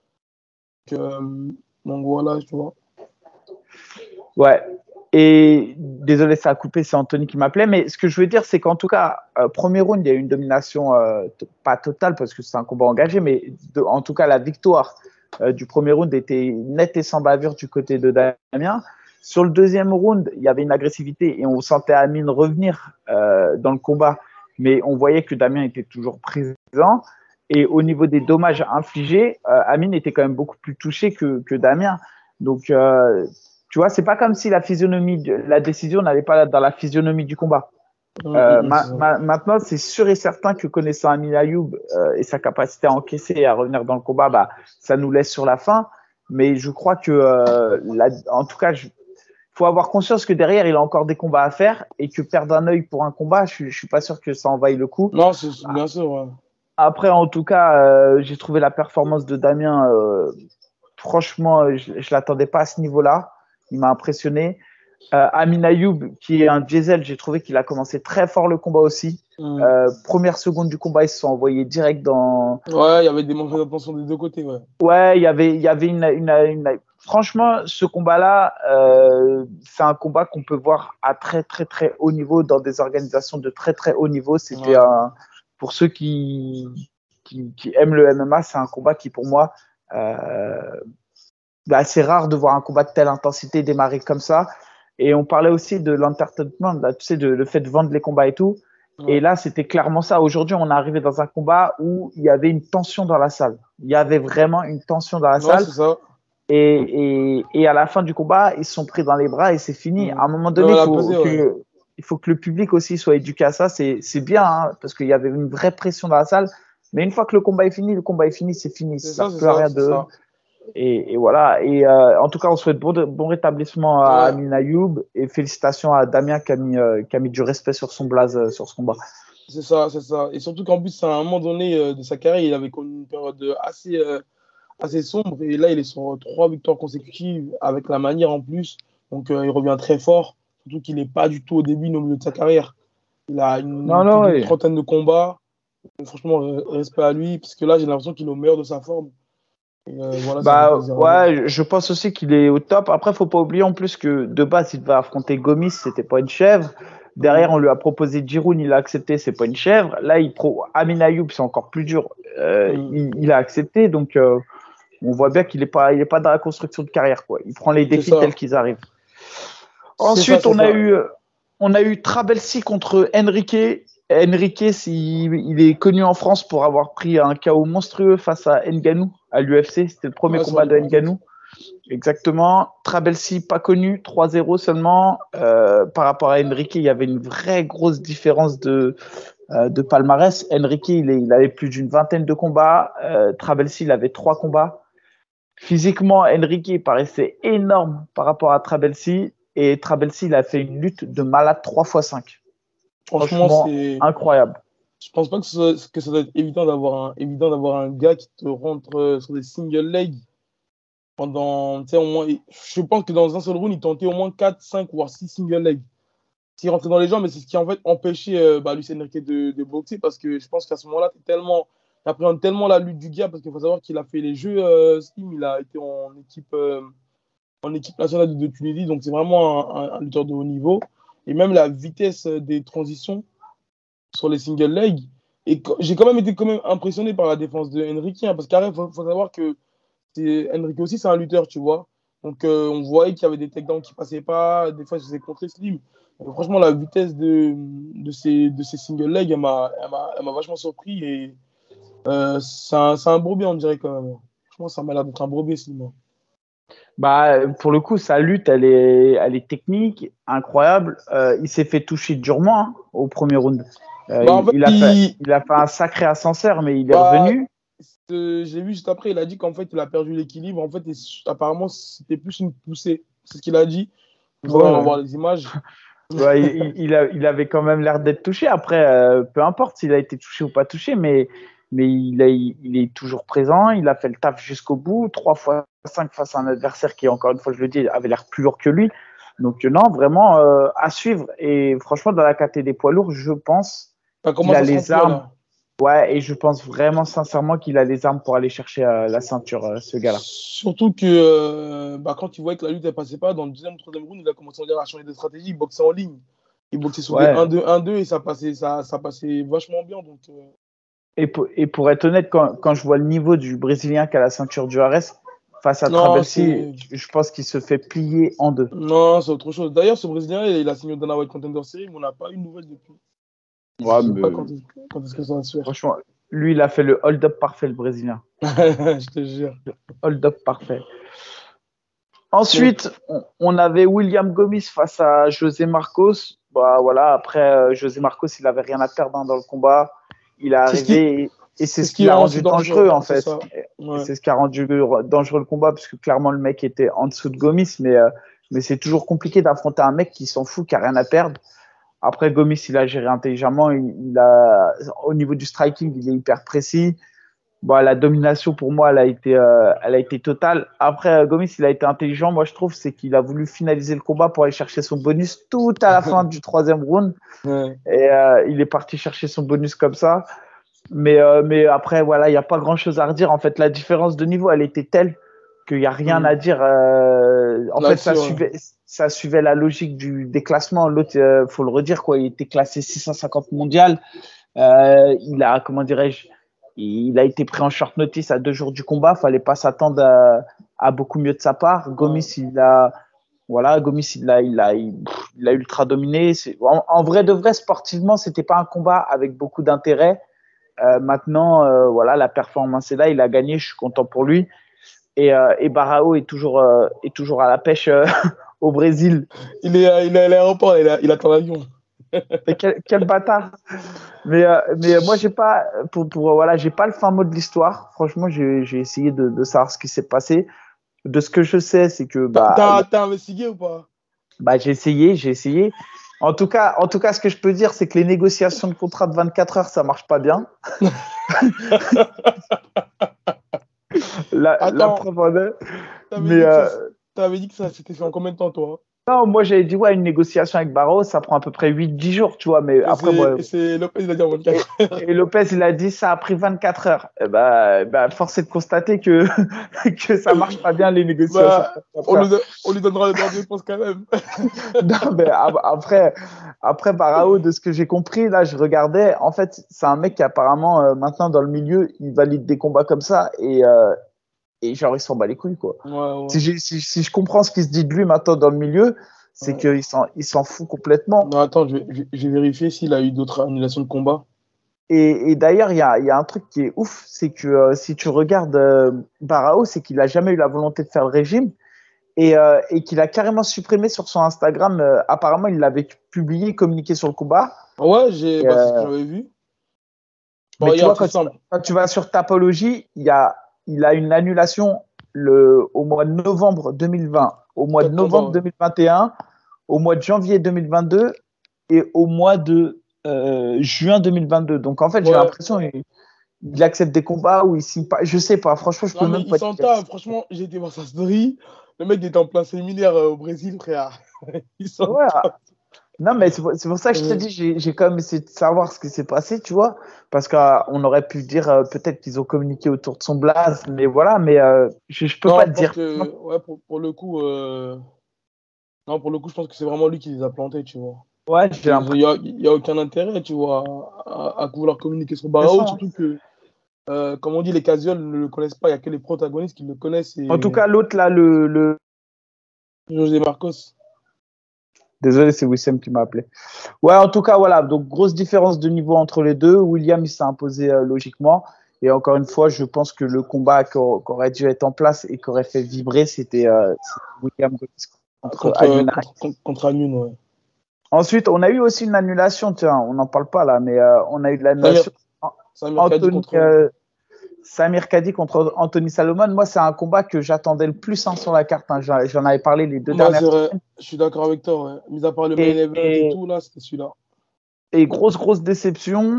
Donc voilà, tu vois. Ouais. Et désolé, ça a coupé, c'est Anthony qui m'appelait. Mais ce que je veux dire, c'est qu'en tout cas, premier round, il y a eu une domination pas totale parce que c'est un combat engagé, mais en tout cas, la victoire du premier round était nette et sans bavure du côté de Damien. Sur le deuxième round, il y avait une agressivité et on sentait Amin revenir dans le combat, mais on voyait que Damien était toujours présent. Et au niveau des dommages infligés, Amin était quand même beaucoup plus touché que Damien. Donc, tu vois, c'est pas comme si la décision n'allait pas dans la physionomie du combat. Maintenant, c'est sûr et certain que connaissant Amin Ayoub et sa capacité à encaisser et à revenir dans le combat, ça nous laisse sur la fin. Mais je crois que, en tout cas, faut avoir conscience que derrière, il a encore des combats à faire et que perdre un œil pour un combat, je suis pas sûr que ça en vaille le coup. Non, c'est bien sûr. Ouais. Après, en tout cas, j'ai trouvé la performance de Damien, franchement, je l'attendais pas à ce niveau-là. Il m'a impressionné. Amin Ayoub, qui est un diesel, j'ai trouvé qu'il a commencé très fort le combat aussi. Première seconde du combat, ils se sont envoyés direct dans… Ouais, il y avait des manques d'attention des deux côtés. Ouais, il y avait une… Franchement, ce combat-là, c'est un combat qu'on peut voir à très, très, très haut niveau dans des organisations de très, très haut niveau. C'était pour ceux qui aiment le MMA, c'est un combat qui, pour moi, c'est rare de voir un combat de telle intensité démarrer comme ça. Et on parlait aussi de l'entertainment, tu sais, le fait de vendre les combats et tout. Et là, c'était clairement ça. Aujourd'hui, on est arrivé dans un combat où il y avait une tension dans la salle. Il y avait vraiment une tension dans la salle. C'est ça. Et à la fin du combat, ils se sont pris dans les bras et c'est fini. À un moment donné, il faut que le public aussi soit éduqué à ça. C'est bien, hein, parce qu'il y avait une vraie pression dans la salle. Mais une fois que le combat est fini, c'est fini. C'est Ça ça, ne c'est sert à ça, rien c'est ça. et voilà. Et en tout cas, on souhaite bon rétablissement à Ouais, Amin Ayoub et félicitations à Damien qui a mis du respect sur son blaze sur ce combat. c'est ça, c'est ça. Et surtout qu'en plus, à un moment donné de sa carrière, il avait connu une période assez sombre. Et là, il est sur 3 victoires consécutives avec la manière en plus. Donc, il revient très fort. Surtout qu'il n'est pas du tout au début ni au milieu de sa carrière. Il a Non, plus non, d'une oui. trentaine de combats. Donc, franchement, respect à lui. Parce que là, j'ai l'impression qu'il est au meilleur de sa forme. Et voilà, ça fait Bah plaisir à voir. ouais, je pense aussi qu'il est au top. Après, faut pas oublier en plus que de base, il devait affronter Gomis, c'était pas une chèvre. Mm. Derrière, on lui a proposé Giroud, il a accepté, c'est pas une chèvre. Là, Amin Ayoub, c'est encore plus dur. Mm. Il a accepté, donc on voit bien qu'il est pas dans la construction de carrière, quoi. Il prend les C'est défis tels ça. qu'ils arrivent. C'est ça, Ensuite, c'est ça. on a eu Trabelsi contre Enrique. Enrique, il est connu en France pour avoir pris un KO monstrueux face à Ngannou à l'UFC. C'était le premier Ouais, sur combat de l'hypercute. Ngannou. Exactement. Trabelsi, pas connu, 3-0 seulement. Par rapport à Enrique, il y avait une vraie grosse différence de palmarès. Enrique, il avait plus d'une vingtaine de combats. Trabelsi, il avait 3 combats. Physiquement, Enrique paraissait énorme par rapport à Trabelsi. Et Trabelsi, il a fait une lutte de malade 3 x 5. Franchement, Franchement, incroyable. je pense pas que ça doit être évident d'avoir un gars qui te rentre sur des single legs pendant, tu sais, au moins, je pense que dans un seul round, il tentait au moins 4 5 voire 6 single legs. S'il rentrait dans les jambes, mais c'est ce qui en fait empêchait Luis Enrique de boxer parce que je pense qu'à ce moment-là, t'appréhendes tellement la lutte du gars parce qu'il faut savoir qu'il a fait les Jeux Steam, il a été en équipe nationale de Tunisie, donc c'est vraiment un lutteur de haut niveau. Et même la vitesse des transitions sur les single legs. Et j'ai quand même impressionné par la défense de Enrique, hein, parce qu'il faut savoir que Enrique aussi, c'est un lutteur, tu vois. Donc, on voyait qu'il y avait des takedowns qui passaient pas. Des fois, il se faisait contrer Slim. Franchement, la vitesse de ces single legs, elle m'a vachement surpris. Et c'est un brebis, on dirait quand même. Franchement, ça m'a l'air d'être un brebis, Slim. Bah, pour le coup, sa lutte, elle est technique, incroyable. Il s'est fait toucher durement au premier round. Bah, en fait, Il a fait un sacré ascenseur, mais il est bah, revenu. j'ai vu juste après, il a dit qu'en fait, il a perdu l'équilibre. En fait, apparemment, c'était plus une poussée. C'est ce qu'il a dit. Il Ouais, faudra ouais. revoir les images. Ouais, il avait quand même l'air d'être touché. Après, peu importe s'il a été touché ou pas touché, mais il est toujours présent. Il a fait le taf jusqu'au bout. 3 x 5 face à un adversaire qui, encore une fois, je le dis, avait l'air plus lourd que lui. Donc, non, vraiment à suivre. Et franchement, dans la catégorie des poids lourds, je pense Ça qu'il commence a à se les remplir armes. là. Ouais, et je pense vraiment sincèrement qu'il a les armes pour aller chercher la ceinture, ce gars-là. Surtout que quand il voyait que la lutte ne passait pas, dans le deuxième ou troisième round, il a commencé à changer de stratégie. Il boxait en ligne. Il boxait sur des Ouais. 1-2, 1-2 et ça passait vachement bien. Donc, Et pour être honnête, quand je vois le niveau du Brésilien qui a la ceinture du Ares face à non, Trabelsi, je pense qu'il se fait plier en deux. non, c'est autre chose. D'ailleurs, ce Brésilien, il a signé au Dana White Contender Series, mais on n'a pas eu de nouvelles depuis. Je Ouais, sais pas mais quand est-ce que ça va se faire. franchement, lui, il a fait le hold-up parfait, le Brésilien. Je te jure. Hold-up parfait. Donc, Ensuite, on avait William Gomis face à José Marcos. Bah voilà, après, José Marcos, il avait rien à perdre dans le combat. Il est arrivé et c'est c'est ce ce qui qui l'a rend rendu aussi dangereux. dangereux, en C'est fait. ça. Et Ouais. c'est ce qui a rendu dangereux le combat, parce que clairement, le mec était en dessous de Gomis, mais c'est toujours compliqué d'affronter un mec qui s'en fout, qui a rien à perdre. Après, Gomis, il a géré intelligemment. Au niveau du striking, il est hyper précis. Bon, la domination, pour moi, elle a été totale. Après, Gomis, il a été intelligent, moi, je trouve, c'est qu'il a voulu finaliser le combat pour aller chercher son bonus tout à la fin du troisième round. Ouais. Et il est parti chercher son bonus comme ça. Mais après, voilà, il n'y a pas grand-chose à redire. En fait, la différence de niveau, elle était telle qu'il n'y a rien à dire. En fait, Là-dessus, ouais. ça suivait la logique des classements. L'autre, faut le redire, quoi, il était classé 650 mondial. Il a, comment dirais-je, il a été pris en short notice à 2 jours du combat. Fallait pas s'attendre à beaucoup mieux de sa part. Ouais. Gomis, il a ultra dominé. En vrai de vrai, sportivement, c'était pas un combat avec beaucoup d'intérêt. Maintenant, voilà, la performance est là. Il a gagné. Je suis content pour lui. Et Barao est toujours à la pêche au Brésil. Il est à l'aéroport, il attend l'avion. Mais quel bâtard! Mais moi, j'ai pas, voilà, j'ai pas le fin mot de l'histoire. Franchement, j'ai essayé de savoir ce qui s'est passé. De ce que je sais, c'est que T'as investigué ou pas? j'ai essayé. En tout cas, ce que je peux dire, c'est que les négociations de contrat de 24 heures, ça marche pas bien. La Attends, preuve en est. t'avais Mais dit que t'avais dit que ça s'était fait en combien de temps, toi? non, moi, j'avais dit, ouais, une négociation avec Barros, ça prend à peu près 8-10 jours, tu vois. Mais après, moi, Et c'est Lopez, il a dit en et, 24 heures. et Lopez, il a dit, ça a pris 24 heures. Force est de constater que, que ça marche pas bien, les négociations de Bah, 24 heures. on lui donnera le droit de réponse quand même. Non, mais après Barao, de ce que j'ai compris, là, je regardais. En fait, c'est un mec qui apparemment, maintenant dans le milieu, il valide des combats comme ça et genre, il s'en bat les couilles, quoi. Ouais, Si, ouais, si je comprends ce qui se dit de lui maintenant dans le milieu, c'est ouais. qu'il s'en fout complètement. Non, attends, je vais vérifier s'il a eu d'autres annulations de combat. Et d'ailleurs, il y a un truc qui est ouf, c'est que si tu regardes Barao, c'est qu'il a jamais eu la volonté de faire le régime. Et qu'il a carrément supprimé sur son Instagram. Apparemment, il l'avait publié, communiqué sur le combat. Ouais, Et, c'est ce que j'avais vu. Bon, mais tu regarde, vois, c'est simple. quand tu vas sur Tapologie, il a une annulation au mois de novembre 2020, au mois de 4 combats, novembre ouais. 2021, au mois de janvier 2022 et au mois de juin 2022. Donc, en fait, j'ai Ouais. l'impression qu'il accepte des combats ou il signe pas. Je sais pas. Franchement, je Non, peux mais même il pas te s'en dire. tape. Franchement, j'ai été voir sa story. Le mec était en plein séminaire au Brésil, frère. Il s'en Ouais, tape. non, mais c'est pour ça que je te dis, j'ai quand même essayé de savoir ce qui s'est passé, tu vois, parce qu'on aurait pu dire peut-être qu'ils ont communiqué autour de son blaze, mais voilà, mais je peux Non, pas je te pense dire. que, ouais, pour le coup, non, pour le coup, je pense que c'est vraiment lui qui les a plantés, tu vois. Ouais, j'ai l'impression. Il y a aucun intérêt, tu vois, à vouloir communiquer sur C'est ça, Barao, hein. surtout que, comme on dit, les casuals ne le connaissent pas. Il n'y a que les protagonistes qui le connaissent En tout et cas, l'autre là, José Marcos. désolé, c'est Wissem qui m'a appelé. Ouais, en tout cas, voilà, donc grosse différence de niveau entre les deux. William, il s'est imposé logiquement. Et encore une fois, je pense que le combat qu'aurait dû être en place et qui aurait fait vibrer, c'était William Gomis contre Aniona. Contre Amiens, ouais. Ensuite, on a eu aussi une annulation, tiens, on n'en parle pas là, mais on a eu de Samir, l'annulation. Samir Kadi Anthony, contre. Samir Kadi contre Anthony Salomon. Moi, c'est un combat que j'attendais le plus sur la carte, hein. J'en avais parlé les deux Moi, c'est dernières vrai, semaines. je suis d'accord avec toi, ouais. Mis à part le main Et, event et et, tout, là, c'était celui-là. et grosse déception.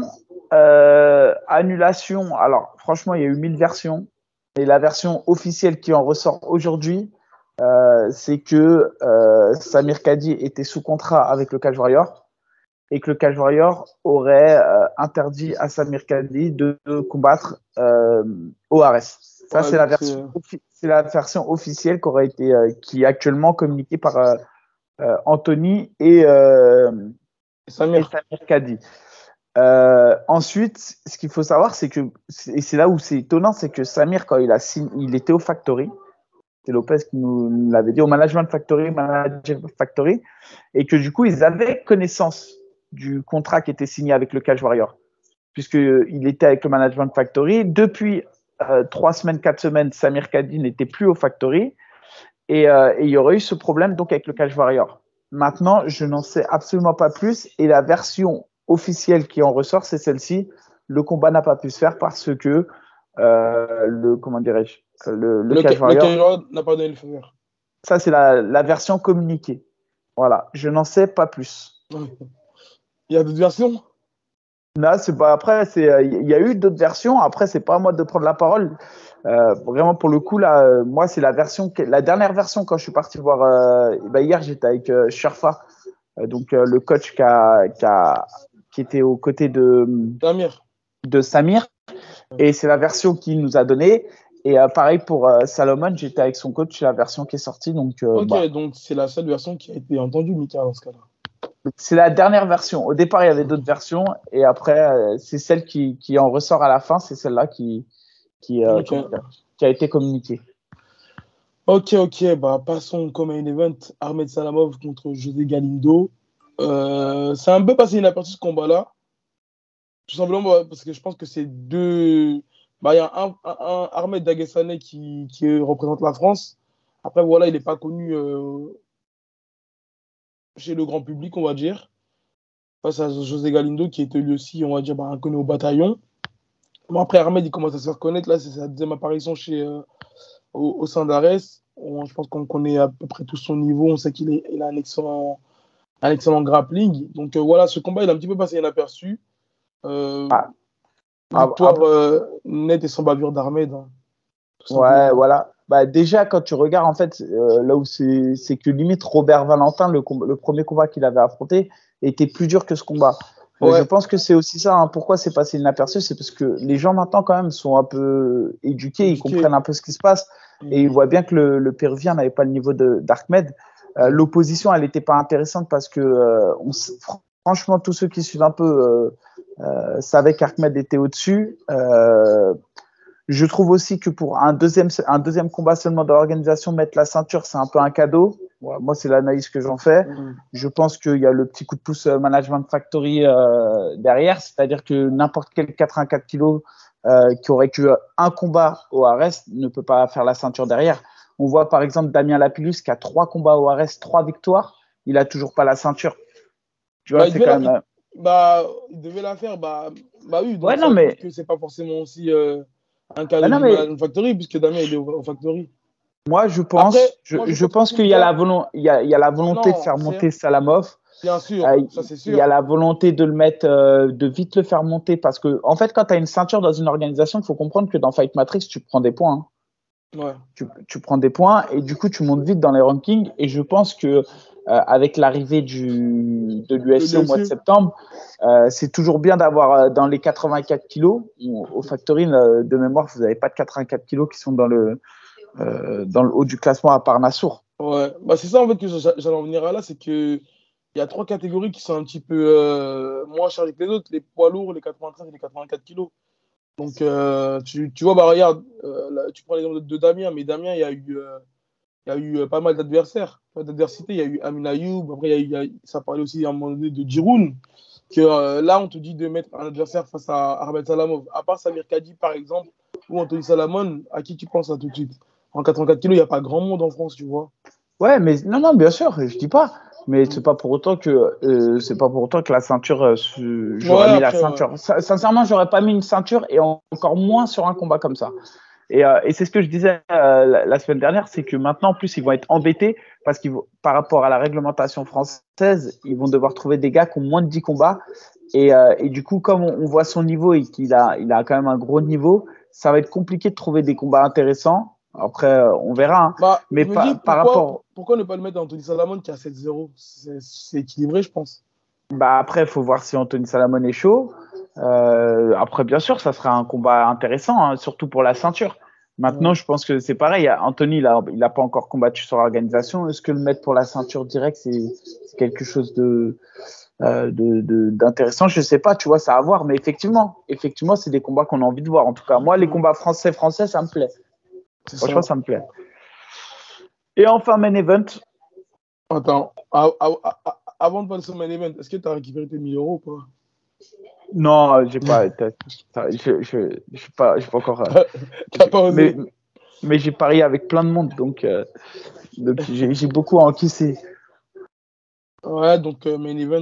Annulation. Alors, franchement, il y a eu 1000 versions. Et la version officielle qui en ressort aujourd'hui, c'est que Samir Kadi était sous contrat avec le Cage Warrior et que le Cage Warrior aurait interdit à Samir Kadi de combattre au Ares. Ça, Ouais, c'est la version officielle qui est actuellement communiquée par Anthony et Samir. Samir Kadi. Ensuite, ce qu'il faut savoir, c'est que, et c'est là où c'est étonnant, c'est que Samir, quand il a signé, il était au Factory, c'est Lopez qui nous l'avait dit, au Management Factory, et que du coup, ils avaient connaissance du contrat qui était signé avec le Cage Warrior, puisqu'il était avec le Management Factory. Depuis 3 semaines, 4 semaines, Samir Kadi n'était plus au Factory, et il y aurait eu ce problème donc avec le Cage Warrior. Maintenant, je n'en sais absolument pas plus, et la version officielle qui en ressort, c'est celle-ci. Le combat n'a pas pu se faire parce que comment dirais-je, le Cage Le Warrior, Kenyan n'a pas donné le feu vert. ça c'est la version communiquée. Voilà, je n'en sais pas plus. Il y a d'autres versions? Là, c'est pas après, il y a eu d'autres versions. Après, c'est pas à moi de prendre la parole. Vraiment pour le coup là, moi c'est la dernière version quand je suis parti voir. Hier j'étais avec Sherfa, donc le coach qui était aux côtés Samir. de Samir, et c'est la version qu'il nous a donnée. Et pareil pour Salomon, j'étais avec son coach, c'est la version qui est sortie. Donc Ok, donc c'est la seule version qui a été entendue, Mika, dans ce cas-là. c'est la dernière version. Au départ, il y avait d'autres versions, et après, c'est celle qui en ressort à la fin, c'est celle-là Ok. qui a été communiquée. Ok, bah passons au main event. Ahmed Salamov contre José Galindo. C'est un peu passé inaperçu ce combat-là. Tout simplement parce que je pense que c'est deux. Bah, il y a un Ahmed Daguessanais qui représente la France. Après, voilà, il n'est pas connu chez le grand public, on va dire. face à José Galindo, qui était lui aussi, on va dire, inconnu au bataillon. Bon, après, Ahmed, il commence à se faire connaître. Là, c'est sa deuxième apparition au sein d'Ares. Je pense qu'on connaît à peu près tout son niveau. On sait il a un excellent grappling. Donc voilà, ce combat, il a un petit peu passé inaperçu. Ah, Victoire nette et sans bavure d'Ahmed, hein, tout ouais, simplement. voilà. Bah, déjà, quand tu regardes, en fait, là où c'est que limite Robert Valentin, le premier combat qu'il avait affronté, était plus dur que ce combat. Je Ouais, pense que c'est aussi ça, hein. Pourquoi c'est passé inaperçu? C'est parce que les gens maintenant, quand même, sont un peu éduqués, ils éduqué. comprennent un peu ce qui se passe et ils voient bien que le Péruvien n'avait pas le niveau d'Ahmed. L'opposition, elle n'était pas intéressante parce que, franchement, tous ceux qui suivent un peu savaient qu'Ahmed était au-dessus. Je trouve aussi que pour un deuxième combat seulement de l'organisation, mettre la ceinture, c'est un peu un cadeau. Ouais, moi, c'est l'analyse que j'en fais. Je pense qu'il y a le petit coup de pouce Management Factory derrière, c'est-à-dire que n'importe quel 84 kilos qui aurait que un combat au Ares ne peut pas faire la ceinture derrière. On voit par exemple Damien Lapillus qui a 3 combats au Ares, 3 victoires, il a toujours pas la ceinture. Tu vois, c'est quand même. Il devait la faire. Oui, Ouais, donc ça non, veut dire mais. que c'est pas forcément aussi un Ouais, cadeau non, du mais Management Factory, puisque Damien il est au Factory. moi, Après, moi je je pense qu'en pense tous les qu'il y a cas, il y a la volonté de non, faire monter certes, Salamov. bien sûr, ça c'est Il y a sûr. la volonté de le mettre, de vite le faire monter parce que, en fait, quand tu as une ceinture dans une organisation, il faut comprendre que dans Fight Matrix, tu prends des points, hein. Ouais. Tu prends des points et du coup, tu montes vite dans les rankings. Et je pense que avec l'arrivée de De l'UFC au mois de l'UFC. septembre, c'est toujours bien d'avoir dans les 84 kilos. Au Factory, de mémoire, vous n'avez pas de 84 kilos qui sont dans le haut du classement à part Nassour. Ouais. C'est ça en fait que j'allais en venir à là, c'est que il y a 3 catégories qui sont un petit peu moins chargées que les autres, les poids lourds, les 85 et les 84 kilos. Donc tu vois, regarde, là, tu prends l'exemple de Damien, mais Damien, il y a eu pas mal d'adversaires, d'adversité. Il y a eu Amin Ayoub, après ça parlait aussi à un moment donné de Djiroun, que là on te dit de mettre un adversaire face à Arben Salamov. À part Samir Kadi par exemple, ou Anthony Salamon, à qui tu penses là tout de suite? En 84 kilos, il n'y a pas grand monde en France, tu vois. Ouais, mais non, non, bien sûr, je dis pas. Mais c'est pas pour autant que la ceinture, Ouais, j'aurais mis la après, ouais. ceinture. Sincèrement, j'aurais pas mis une ceinture et encore moins sur un combat comme ça. Et c'est ce que je disais la semaine dernière, c'est que maintenant, en plus, ils vont être embêtés parce qu'ils par rapport à la réglementation française, ils vont devoir trouver des gars qui ont moins de 10 combats. Et du coup, comme on voit son niveau et il a quand même un gros niveau, ça va être compliqué de trouver des combats intéressants. Après, on verra, hein. Mais Je me dis, par rapport. pourquoi ne pas le mettre à Anthony Salamon qui a 7-0? C'est équilibré, je pense. Bah après, il faut voir si Anthony Salamon est chaud. Après, bien sûr, ça sera un combat intéressant, hein, surtout pour la ceinture. Maintenant, Ouais. je pense que c'est pareil. Anthony, il a pas encore combattu sur l'organisation. Est-ce que le mettre pour la ceinture directe, c'est quelque chose d'intéressant? Je sais pas, tu vois, ça à voir. Mais effectivement, c'est des combats qu'on a envie de voir. En tout cas, moi, les combats français, ça me plaît. C'est Franchement, ça. ça me plaît. Et enfin, main event. Attends, avant de passer au main event, est-ce que tu as récupéré tes 1000 € ou pas? Non, j'ai pas. J'ai pas encore. T'as pas osé. Mais j'ai parié avec plein de monde, donc j'ai beaucoup à encaisser. Ouais, donc main event,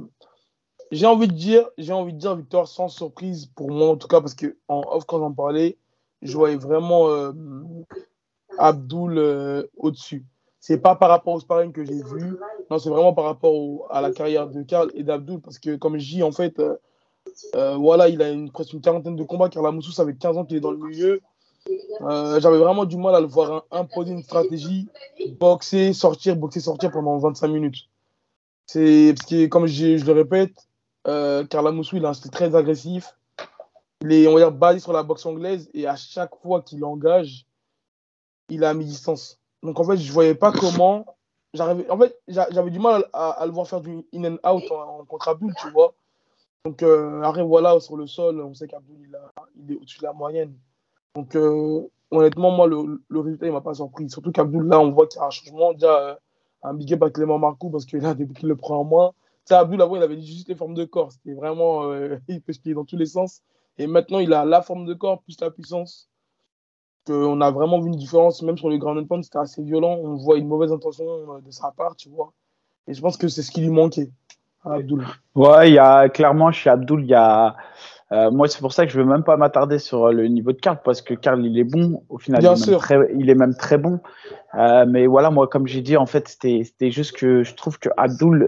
j'ai envie de dire victoire sans surprise pour moi en tout cas parce que en off quand j'en parlais, je voyais vraiment Abdul au-dessus. C'est pas par rapport au sparring que j'ai vu, non, c'est vraiment par rapport à la carrière de Karl et d'Abdul parce que comme je dis en fait, voilà, il a presque une quarantaine de combats. Karl Moussous, ça fait 15 ans qu'il est dans le milieu. J'avais vraiment du mal à le voir imposer une stratégie, boxer, sortir pendant 25 minutes. C'est parce que, comme je le répète, Karl Moussou, il a un style très agressif. Il est, on va dire, basé sur la boxe anglaise et à chaque fois qu'il engage, il est à mi-distance. Donc, en fait, je voyais pas comment. En fait, j'avais du mal à le voir faire du in and out contre Abdul, tu vois. Donc, après, voilà, sur le sol, on sait qu'Abdul, il est au-dessus de la moyenne. Donc, honnêtement, moi, le résultat, il m'a pas surpris. Surtout qu'Abdul, là, on voit qu'il y a un changement. Déjà, un big up à Clément Marcoux parce que là, depuis qu'il le prend en main, tu sais, Abdul, avant, il avait juste les formes de corps. C'était vraiment, il peut se plier dans tous les sens. Et maintenant, il a la forme de corps plus la puissance. On a vraiment vu une différence, même sur le ground and pound, c'était assez violent. On voit une mauvaise intention de sa part, tu vois. Et je pense que c'est ce qui lui manquait. Abdul. Ouais, clairement, chez Abdul, moi, c'est pour ça que je veux même pas m'attarder sur le niveau de Karl, parce que Karl, il est bon. Au final, Bien sûr. il est même très bon. Mais voilà, moi, comme j'ai dit, en fait, c'était juste que je trouve que Abdul,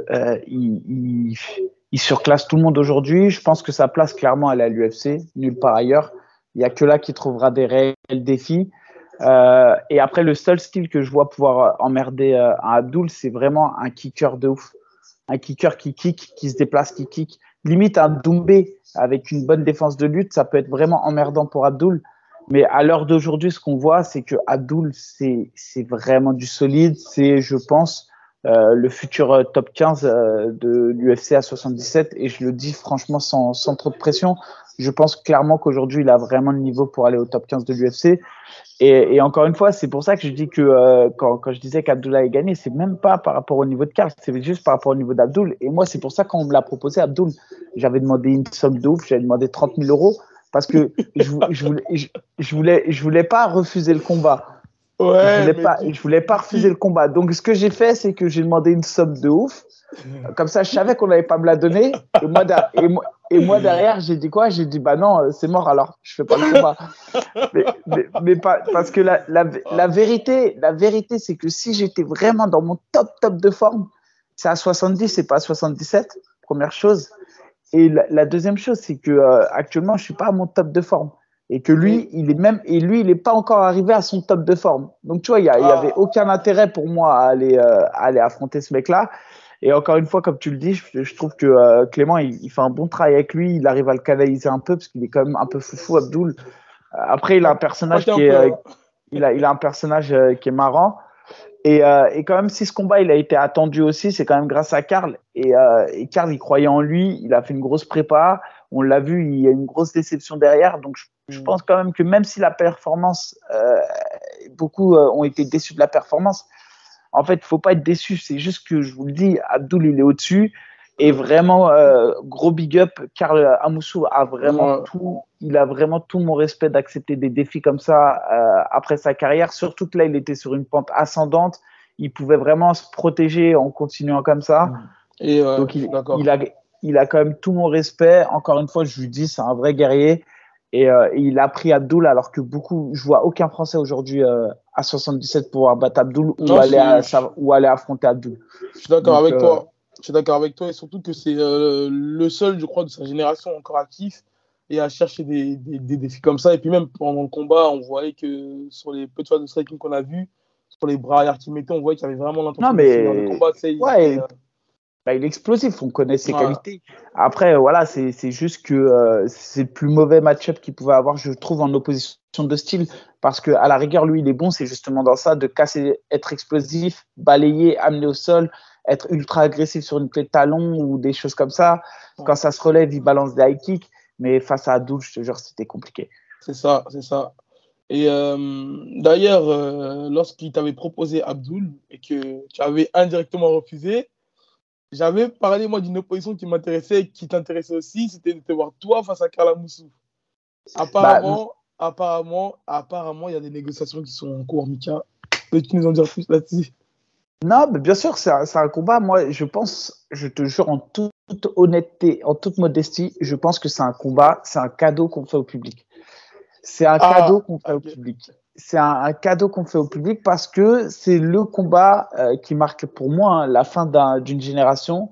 il surclasse tout le monde aujourd'hui. Je pense que sa place, clairement, elle est à l'UFC, nulle part ailleurs. Il y a que là qui trouvera des réels défis. Et après, le seul style que je vois pouvoir emmerder un Abdul, c'est vraiment un kicker de ouf. Un kicker qui kick, qui se déplace, qui kick. Limite un Doumbé avec une bonne défense de lutte, ça peut être vraiment emmerdant pour Abdul. Mais à l'heure d'aujourd'hui, ce qu'on voit, c'est que Abdul, c'est vraiment du solide. C'est, je pense, le futur top 15 de l'UFC à 77. Et je le dis franchement sans trop de pression. Je pense clairement qu'aujourd'hui, il a vraiment le niveau pour aller au top 15 de l'UFC. Et encore une fois, c'est pour ça que je dis que quand je disais qu'Abdullah a gagné, c'est même pas par rapport au niveau de Karl, c'est juste par rapport au niveau d'Abdul. Et moi, c'est pour ça quand on me l'a proposé, Abdul, j'avais demandé une somme de ouf, j'avais demandé 30 000 euros parce que je voulais pas refuser le combat. Ouais, Je voulais pas refuser le combat. Donc, ce que j'ai fait, c'est que j'ai demandé une somme de ouf. Comme ça, je savais qu'on n'allait pas me la donner. Et moi derrière, j'ai dit quoi? J'ai dit, bah non, c'est mort alors, je fais pas le combat. Mais pas, parce que la vérité, c'est que si j'étais vraiment dans mon top de forme, c'est à 70 et pas à 77, première chose. Et la deuxième chose, c'est que actuellement, je suis pas à mon top de forme. Et que lui, il est pas encore arrivé à son top de forme. Donc, tu vois, il y avait aucun intérêt pour moi à aller affronter ce mec-là. Et encore une fois, comme tu le dis, je trouve que Clément, il fait un bon travail avec lui. Il arrive à le canaliser un peu parce qu'il est quand même un peu foufou, Abdul. Après, il a un personnage il a un personnage qui est marrant. Et quand même, si ce combat il a été attendu aussi, c'est quand même grâce à Karl. Et Karl, il croyait en lui. Il a fait une grosse prépa. On l'a vu, il y a une grosse déception derrière. Donc, je pense quand même que même si la performance, beaucoup ont été déçus de la performance, en fait, il ne faut pas être déçu. C'est juste que je vous le dis, Abdul, il est au-dessus. Et vraiment, gros big up. Karl Amoussou a vraiment tout. Il a vraiment tout mon respect d'accepter des défis comme ça après sa carrière. Surtout que là, il était sur une pente ascendante. Il pouvait vraiment se protéger en continuant comme ça. Donc, il a quand même tout mon respect. Encore une fois, je lui dis, c'est un vrai guerrier. Et il a pris Abdul alors que je vois aucun Français aujourd'hui à 77 pouvoir battre Abdul ou aller affronter Abdul. Je suis d'accord avec toi. Je suis d'accord avec toi et surtout que c'est le seul, je crois, de sa génération encore actif et à chercher des défis comme ça. Et puis même pendant le combat, on voyait que sur les peu de fois de striking qu'on a vu, sur les bras arrière qu'il mettait, on voyait qu'il y avait vraiment l'intention de finir le combat. Il est explosif, on connaît ses qualités. Après, voilà, c'est juste que c'est le plus mauvais match-up qu'il pouvait avoir, je trouve, en opposition de style. Parce qu'à la rigueur, lui, il est bon, c'est justement dans ça, de casser, être explosif, balayer, amener au sol, être ultra agressif sur une clé de talon ou des choses comme ça. Quand ça se relève, il balance des high kicks. Mais face à Abdul, je te jure, c'était compliqué. C'est ça. Et d'ailleurs, lorsqu'il t'avait proposé Abdul et que tu avais indirectement refusé, j'avais parlé, moi, d'une opposition qui m'intéressait et qui t'intéressait aussi, c'était de te voir toi face à Karl Amoussou. Apparemment, il y a des négociations qui sont en cours, Mika. Peux-tu nous en dire plus là-dessus? Non, mais bien sûr, c'est un combat. Moi, je pense, je te jure, en toute honnêteté, en toute modestie, je pense que c'est un combat, c'est un cadeau qu'on fait au public. C'est un cadeau qu'on fait au public. C'est un cadeau qu'on fait au public parce que c'est le combat qui marque pour moi la fin d'une génération.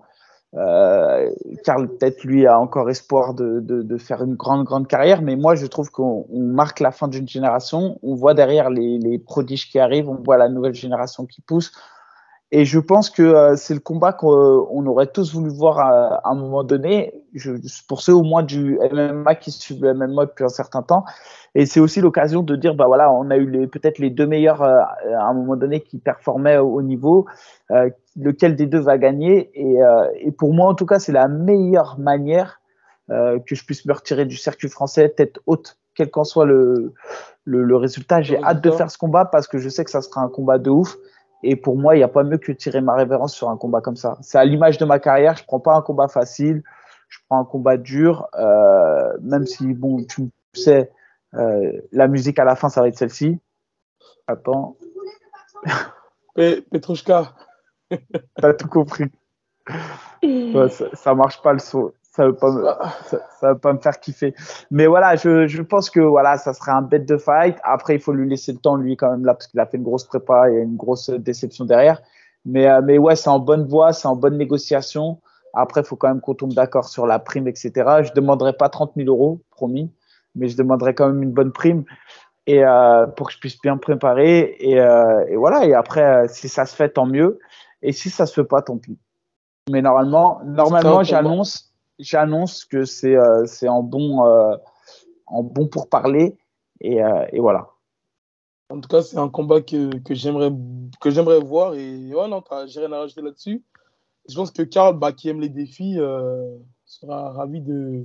Karl, peut-être, lui, a encore espoir de faire une grande carrière, mais moi, je trouve qu'on marque la fin d'une génération. On voit derrière les prodiges qui arrivent, on voit la nouvelle génération qui pousse. Et je pense que c'est le combat qu'on aurait tous voulu voir à un moment donné, pour ceux au moins du MMA qui suivent le MMA depuis un certain temps. Et c'est aussi l'occasion de dire, bah voilà, on a eu peut-être les deux meilleurs à un moment donné qui performaient au niveau. Lequel des deux va gagner? Et pour moi, en tout cas, c'est la meilleure manière que je puisse me retirer du circuit français tête haute, quel qu'en soit le résultat. J'ai hâte de faire ce combat parce que je sais que ça sera un combat de ouf. Et pour moi, il n'y a pas mieux que tirer ma révérence sur un combat comme ça. C'est à l'image de ma carrière. Je ne prends pas un combat facile. Je prends un combat dur. Même si, bon, tu sais, la musique à la fin, ça va être celle-ci. Attends. Petrouchka. T'as tout compris. Ouais, ça marche pas le saut. Ça veut pas me faire kiffer. Mais voilà, je pense que voilà, ça serait un bête de fight. Après, il faut lui laisser le temps, lui, quand même, là, parce qu'il a fait une grosse prépa et une grosse déception derrière. Mais ouais, c'est en bonne voie, c'est en bonne négociation. Après, il faut quand même qu'on tombe d'accord sur la prime, etc. Je ne demanderai pas 30 000 euros, promis, mais je demanderai quand même une bonne prime pour que je puisse bien préparer. Et voilà, et après, si ça se fait, tant mieux. Et si ça se fait pas, tant pis. Mais normalement, j'annonce que c'est en bon pour parler et voilà. En tout cas, c'est un combat que j'aimerais voir. Et ouais, non, j'ai rien à rajouter là-dessus. Je pense que Karl, qui aime les défis, sera ravi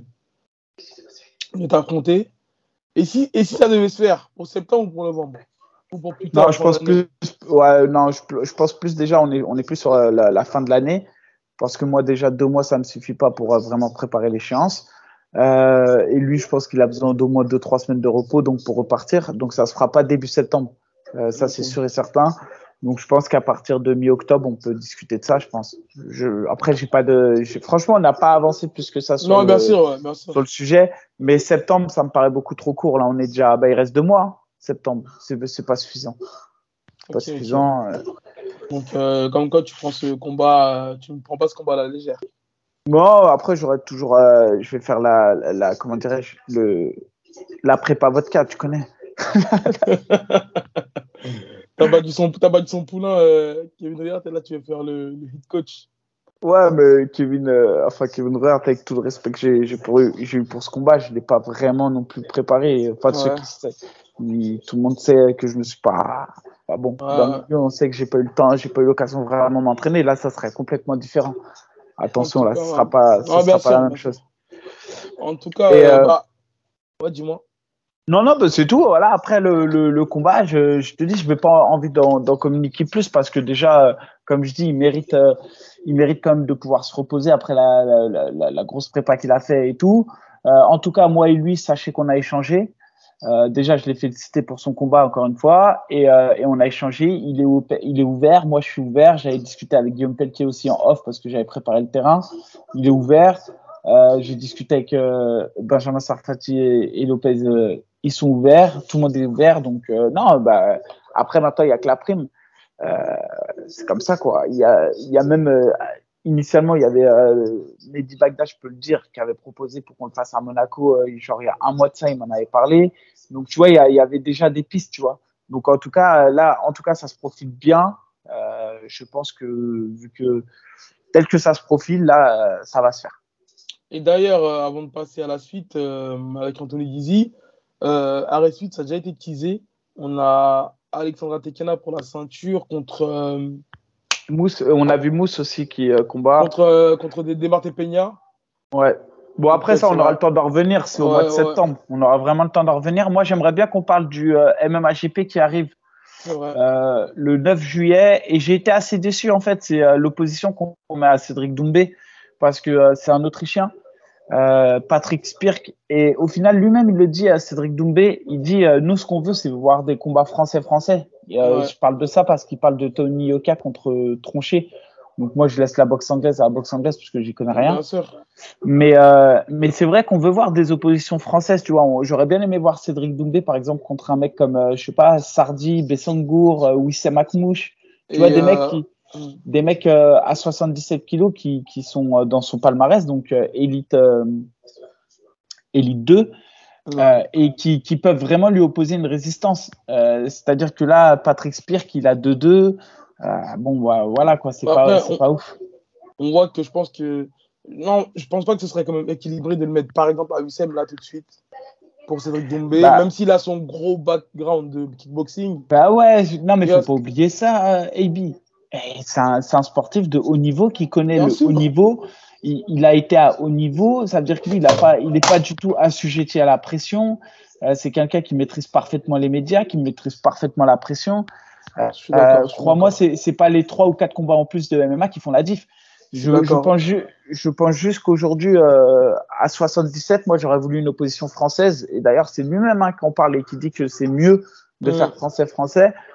de t'affronter. Et si ça devait se faire pour septembre ou pour novembre? Ou pour plus Non, tard, je fin pense d'année? plus. Ouais, non, je pense plus déjà. On est plus sur la fin de l'année parce que moi déjà 2 mois ça me suffit pas pour vraiment préparer l'échéance. Et lui, je pense qu'il a besoin d'au moins 2, 3 semaines de repos donc pour repartir. Donc ça se fera pas début septembre. Ça c'est Ok. sûr et certain. Donc je pense qu'à partir de mi-octobre, on peut discuter de ça. Je pense. Après, franchement, on n'a pas avancé plus que ça Non, bien sûr, ouais, bien sûr. sur le sujet. Mais septembre, ça me paraît beaucoup trop court. Là, on est déjà. Il reste 2 mois. Hein, septembre, c'est pas suffisant. Pas Ok, ok. suffisant. Donc, comme quoi, tu prends ce combat, tu ne prends pas ce combat à la légère. Bon, après, j'aurai toujours. Je vais faire comment dirais-je, la prépa vodka, tu connais. T'as battu son poulain, Kevin Hart, et là, tu vas faire le hit coach. Ouais, mais Kevin Ruart, avec tout le respect que j'ai eu pour ce combat, je l'ai pas vraiment non plus préparé. Enfin, ceux Ouais. qui savent, tout le monde sait que je me suis pas bon. Dans le Ouais. milieu, on sait que j'ai pas eu le temps, j'ai pas eu l'occasion de vraiment m'entraîner. Là, ça serait complètement différent. En Attention, tout là, cas, ouais. ce Ouais, bien sera pas la sûr, même bien sûr. chose. En tout cas, Et ouais, dis-moi. non, non, bah, c'est tout. Voilà, après le combat, je te dis, je n'ai pas envie d'en communiquer plus parce que déjà, comme je dis, il mérite quand même de pouvoir se reposer après la grosse prépa qu'il a fait et tout. En tout cas, moi et lui, sachez qu'on a échangé. Déjà, je l'ai félicité pour son combat encore une fois et on a échangé. Il est ouvert. Moi, je suis ouvert. J'avais discuté avec Guillaume Pelletier aussi en off parce que j'avais préparé le terrain. Il est ouvert. J'ai discuté avec Benjamin Sarfati et Lopez. Ils sont ouverts. Tout le monde est ouvert. Donc, non, après, maintenant, il n'y a que la prime. Euh, c'est comme ça, quoi. Il y a même. Initialement, il y avait Mehdi Bagdad, je peux le dire, qui avait proposé pour qu'on le fasse à Monaco. Genre, il y a un mois de ça, il m'en avait parlé. Donc, tu vois, il y avait déjà des pistes, tu vois. Donc, en tout cas, là, ça se profile bien. Je pense que, vu que tel que ça se profile, là, ça va se faire. Et d'ailleurs, avant de passer à la suite avec Anthony Gizzi, à la suite, ça a déjà été teasé. On a Alexandra Tekena pour la ceinture Mousse, on a vu Mousse aussi qui combat. contre Demarte Peña. Ouais. Bon, Donc, après ça, on aura le ouais, temps d'en revenir. C'est au mois de ouais, septembre. On aura vraiment le temps d'en revenir. Moi, j'aimerais bien qu'on parle du MMAGP qui arrive c'est vrai. le 9 juillet. Et j'ai été assez déçu, en fait. C'est l'opposition qu'on met à Cédric Doumbé parce que c'est un Autrichien, Patrick Spirk. Et au final, lui-même, il le dit à Cédric Doumbé. Il dit nous, ce qu'on veut, c'est voir des combats français-français. Et, Ouais, je parle de ça parce qu'il parle de Tony Yoka contre Tronchet. Donc, moi, je laisse la boxe anglaise à la boxe anglaise parce que j'y connais rien. bien sûr. Mais c'est vrai qu'on veut voir des oppositions françaises, tu vois. J'aurais bien aimé voir Cédric Doumbé, par exemple, contre un mec comme, je sais pas, Sardi, Bessangour, Wissam Akmouche. Tu vois, Et des mecs à 77 kilos qui sont dans son palmarès, donc élite 2, ouais. et qui peuvent vraiment lui opposer une résistance. C'est-à-dire que là, Patrick Spirk, il a 2-2. Bon, voilà, quoi, Après, c'est pas ouf. on voit que je pense que. Non, je pense pas que ce serait quand même équilibré de le mettre, par exemple, à UCM là tout de suite pour Cédric Doumbé, Bah, même s'il a son gros background de kickboxing. Bah ouais, non mais Tu faut vois, pas oublier ça, AB. C'est un sportif de haut niveau qui connaît bien le haut sûr. niveau. Il a été à haut niveau, ça veut dire que lui, il n'est pas du tout assujetti à la pression. C'est quelqu'un qui maîtrise parfaitement les médias, qui maîtrise parfaitement la pression. Je suis d'accord, je suis Crois-moi, d'accord. c'est pas les 3 ou 4 combats en plus de MMA qui font la diff. Je suis Je d'accord. pense, je pense juste qu'aujourd'hui, à 77, moi, j'aurais voulu une opposition française. Et d'ailleurs, c'est lui-même qui en parle et qui dit que c'est mieux de faire Mm. français-français.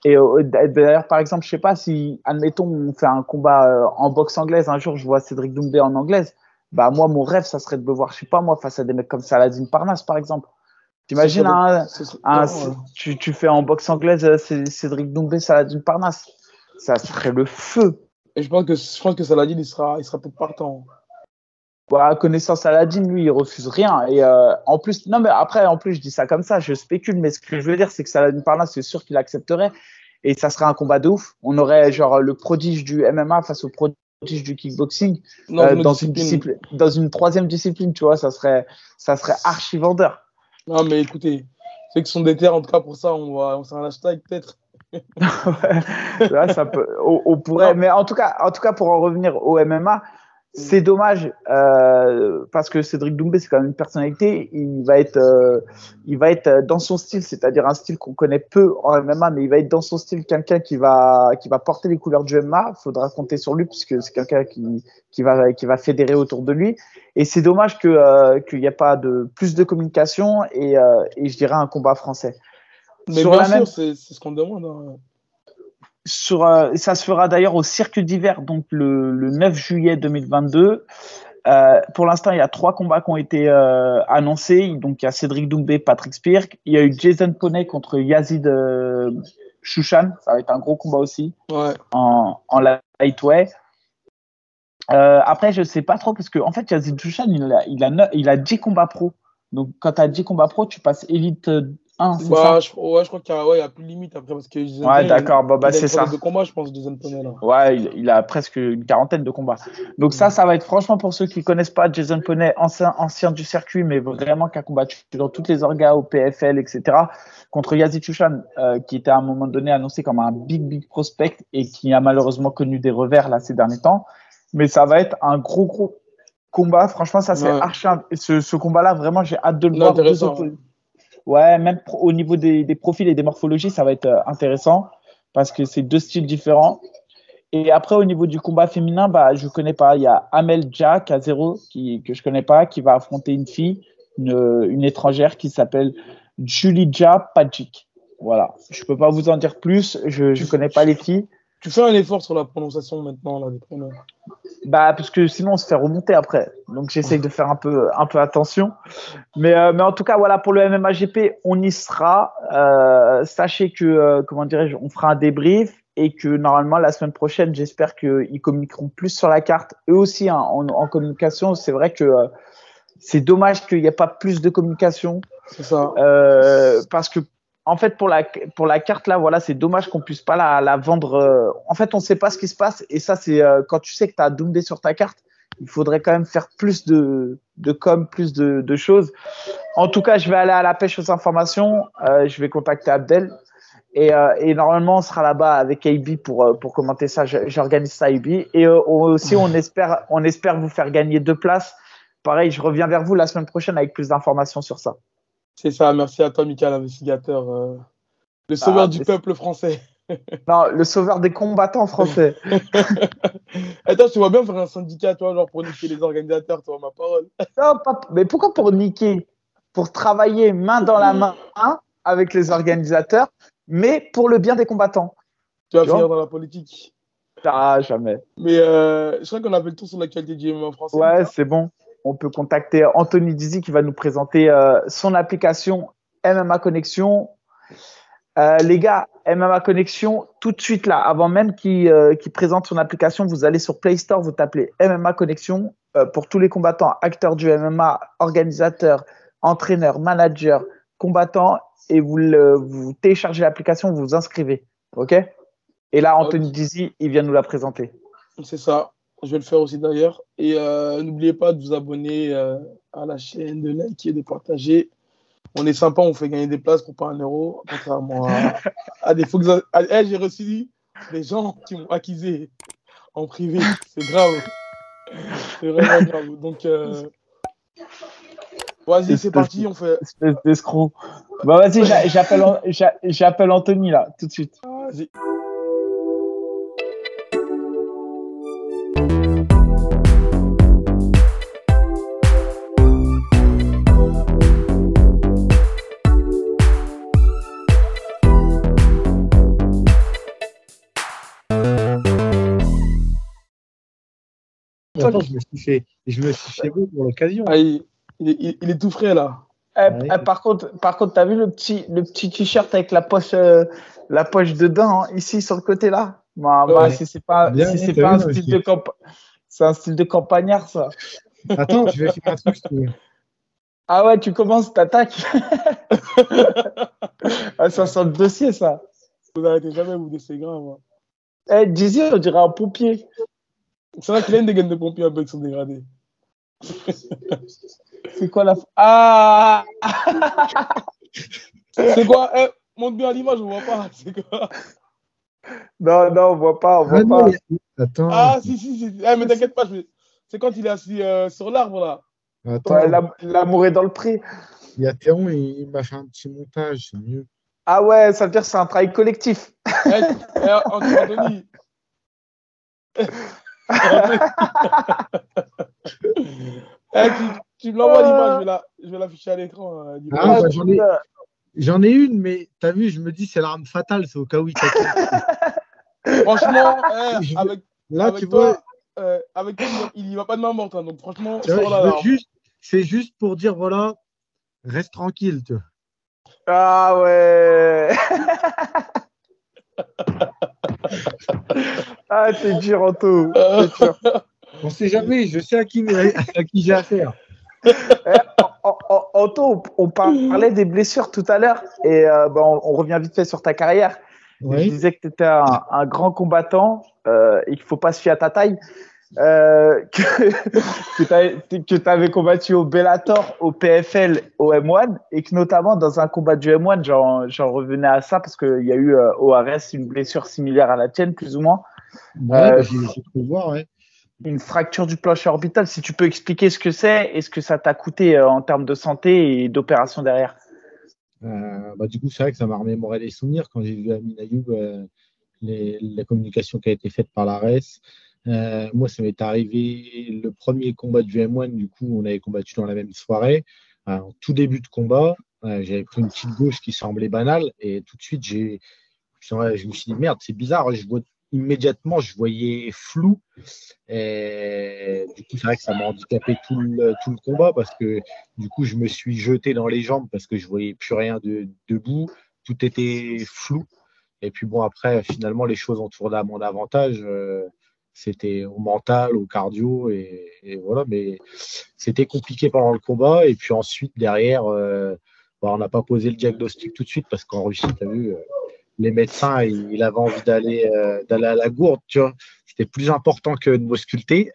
Et d'ailleurs, par exemple, je sais pas si, admettons, on fait un combat en boxe anglaise. Un jour, je vois Cédric Doumbé en anglaise. Bah, moi, mon rêve, ça serait de me voir, je sais pas, moi, face à des mecs comme Saladin Parnasse, par exemple. T'imagines, tu fais en boxe anglaise Cédric Doumbé, Saladin Parnasse. Ça serait le feu. Et je pense que Saladin, il sera peut-être partant. Voilà, connaissant Saladin, lui, il refuse rien. Et en plus, non, mais après, en plus, je dis ça comme ça, je spécule, mais ce que je veux dire, c'est que Saladin Parnasse, c'est sûr qu'il accepterait. Et ça serait un combat de ouf. On aurait genre le prodige du MMA face au prodige du kickboxing dans une troisième discipline, tu vois, ça serait archi vendeur. Non, mais écoutez, ceux qui sont déter, en tout cas pour ça, on s'en un hashtag peut-être. Ouais, ça peut, on pourrait, non. Mais en tout cas, pour en revenir au MMA, c'est dommage parce que Cédric Doumbé, c'est quand même une personnalité. Il va être dans son style, c'est-à-dire un style qu'on connaît peu en MMA, mais il va être dans son style quelqu'un qui va porter les couleurs du MMA. Il faudra compter sur lui puisque c'est quelqu'un qui va fédérer autour de lui. Et c'est dommage qu'il n'y ait pas plus de communication et je dirais un combat français. Mais bien sûr, c'est ce qu'on demande. Hein. Ça se fera d'ailleurs au Circuit d'hiver, donc le 9 juillet 2022. Pour l'instant, il y a 3 combats qui ont été annoncés. Donc, il y a Cédric Doumbé, Patrick Spirk. Il y a eu Jason Poney contre Yazid Chouchan. Ça va être un gros combat aussi, ouais. en lightweight. Après, je ne sais pas trop parce qu'en fait, Yazid Chouchan, il a 10 combats pro. Donc, quand tu as 10 combats pro, tu passes élite 1, c'est ça je crois qu'il y a plus de limite après parce que ouais, d'accord, c'est ça. De combat, je pense, Jason Poney là. Ouais, il a presque une quarantaine de combats. Donc ça va être franchement pour ceux qui connaissent pas Jason Poney, ancien du circuit, mais vraiment qui a combattu dans toutes les orgas au PFL, etc. Contre Yazid Chouchan, qui était à un moment donné annoncé comme un big prospect et qui a malheureusement connu des revers là ces derniers temps. Mais ça va être un gros combat. Franchement, ça c'est archi. Ce combat-là, vraiment, j'ai hâte de le voir. Ouais, même au niveau des profils et des morphologies, ça va être intéressant parce que c'est 2 styles différents. Et après, au niveau du combat féminin, je connais pas. Il y a Amel Jack à 0 que je connais pas, qui va affronter une fille, une étrangère qui s'appelle Julija Pajic. Voilà. Je peux pas vous en dire plus. Je connais pas les filles. Tu fais un effort sur la prononciation maintenant là, des prénoms. Parce que sinon on se fait remonter après. Donc j'essaye de faire un peu attention. Mais en tout cas, voilà, pour le MMA GP, on y sera. Sachez que, comment dirais-je, on fera un débrief et que normalement la semaine prochaine, j'espère qu'ils communiqueront plus sur la carte. Eux aussi, hein, en communication, c'est vrai que c'est dommage qu'il n'y ait pas plus de communication. C'est ça. Parce que en fait, pour la carte là, voilà, c'est dommage qu'on puisse pas la vendre. En fait, on sait pas ce qui se passe et ça, c'est quand tu sais que tu as Doumbé sur ta carte, il faudrait quand même faire plus de com, plus de choses. En tout cas, je vais aller à la pêche aux informations. Je vais contacter Abdel et normalement, on sera là-bas avec AB pour commenter ça. J'organise ça, AB. Et aussi, on espère vous faire gagner 2 places. Pareil, je reviens vers vous la semaine prochaine avec plus d'informations sur ça. C'est ça, merci à toi, Michael, investigateur. Le sauveur du peuple français. Non, le sauveur des combattants français. Attends, tu vois bien faire un syndicat, toi, genre pour niquer les organisateurs, toi, ma parole. Non, mais pourquoi pour niquer? Pour travailler main dans la main avec les organisateurs, mais pour le bien des combattants. Tu vas finir dans la politique. Ah, jamais. Mais je crois qu'on a fait le tour sur l'actualité du MMA français. Ouais, c'est bon. On peut contacter Anthony Dizzy qui va nous présenter son application MMA Connexion. Les gars, MMA Connexion, tout de suite là, avant même qu'il présente son application, vous allez sur Play Store, vous tapez MMA Connexion pour tous les combattants, acteurs du MMA, organisateurs, entraîneurs, managers, combattants, et vous téléchargez l'application, vous vous inscrivez. OK ? Et là, Anthony Dizzy, il vient nous la présenter. C'est ça. Je vais le faire aussi d'ailleurs. Et n'oubliez pas de vous abonner à la chaîne, de liker et de partager. On est sympa, on fait gagner des places pour pas 1 euro, contrairement à des faux. J'ai reçu des gens qui m'ont accusé en privé. C'est grave. C'est vraiment grave. Donc, vas-y, c'est parti. On fait. Espèce d'escroc. Vas-y, j'appelle Anthony là, tout de suite. Vas-y. Attends, je me suis fait beau pour l'occasion. Ah, il est tout frais, là. Ouais. Par contre, t'as vu le petit t-shirt avec la poche dedans, hein, ici sur le côté là. Moi, si c'est pas un style de c'est un style de campagnard, ça. Attends, je vais faire un truc. Ah ouais, tu commences, t'attaques. Ah, ça sent le dossier, ça. Vous n'arrêtez jamais, vous, c'est grave. Dizzy, on dirait un pompier. C'est vrai qu'il a une dégaine de pompier un peu avec son dégradé. C'est quoi la... Ah C'est quoi montre bien à l'image, on voit pas. C'est quoi? Non, on voit pas. Attends. Ah, si. Mais t'inquiète pas, c'est quand il est assis sur l'arbre, là. Attends. Ouais, l'amour est dans le prix. Il y a Théon, il m'a fait un petit montage, c'est mieux. Ah ouais, ça veut dire que c'est un travail collectif. Anthony. Tu me l'envoies l'image, je vais l'afficher à l'écran. J'en ai une, mais t'as vu, je me dis c'est l'arme fatale, c'est au cas où il t'attaque. Franchement, tu vois, avec toi, il y va pas de main morte. Hein, donc franchement, c'est juste pour dire voilà, reste tranquille, tu vois. Ah ouais. Ah, t'es dur, Anto. On sait jamais, je sais à qui j'ai affaire. Anto, on parlait des blessures tout à l'heure et on revient vite fait sur ta carrière. Ouais. Je disais que tu étais un grand combattant et qu'il ne faut pas se fier à ta taille. Que tu avais combattu au Bellator, au PFL, au M1 et que notamment dans un combat du M1, j'en revenais à ça parce qu'il y a eu au Ares une blessure similaire à la tienne, plus ou moins. Ouais, j'ai pu voir, ouais. Une fracture du plancher orbital. Si tu peux expliquer ce que c'est et ce que ça t'a coûté en termes de santé et d'opération derrière. Du coup, c'est vrai que ça m'a remémoré les souvenirs quand j'ai vu Amin Ayoub, la communication qui a été faite par l'ARES. Moi, ça m'est arrivé le premier combat du M1. Du coup, on avait combattu dans la même soirée. En tout début de combat, j'avais pris une petite gauche qui semblait banale et tout de suite, je me suis dit merde, c'est bizarre. Immédiatement, je voyais flou. Et du coup, c'est vrai que ça m'a handicapé tout le combat parce que du coup, je me suis jeté dans les jambes parce que je voyais plus rien debout. Tout était flou. Et puis bon, après, finalement, les choses ont tourné à mon avantage. C'était au mental, au cardio, et voilà. Mais c'était compliqué pendant le combat. Et puis ensuite, derrière, on n'a pas posé le diagnostic tout de suite parce qu'en Russie, tu as vu, les médecins, il avait envie d'aller à la gourde, tu vois. C'était plus important que de m'ausculter.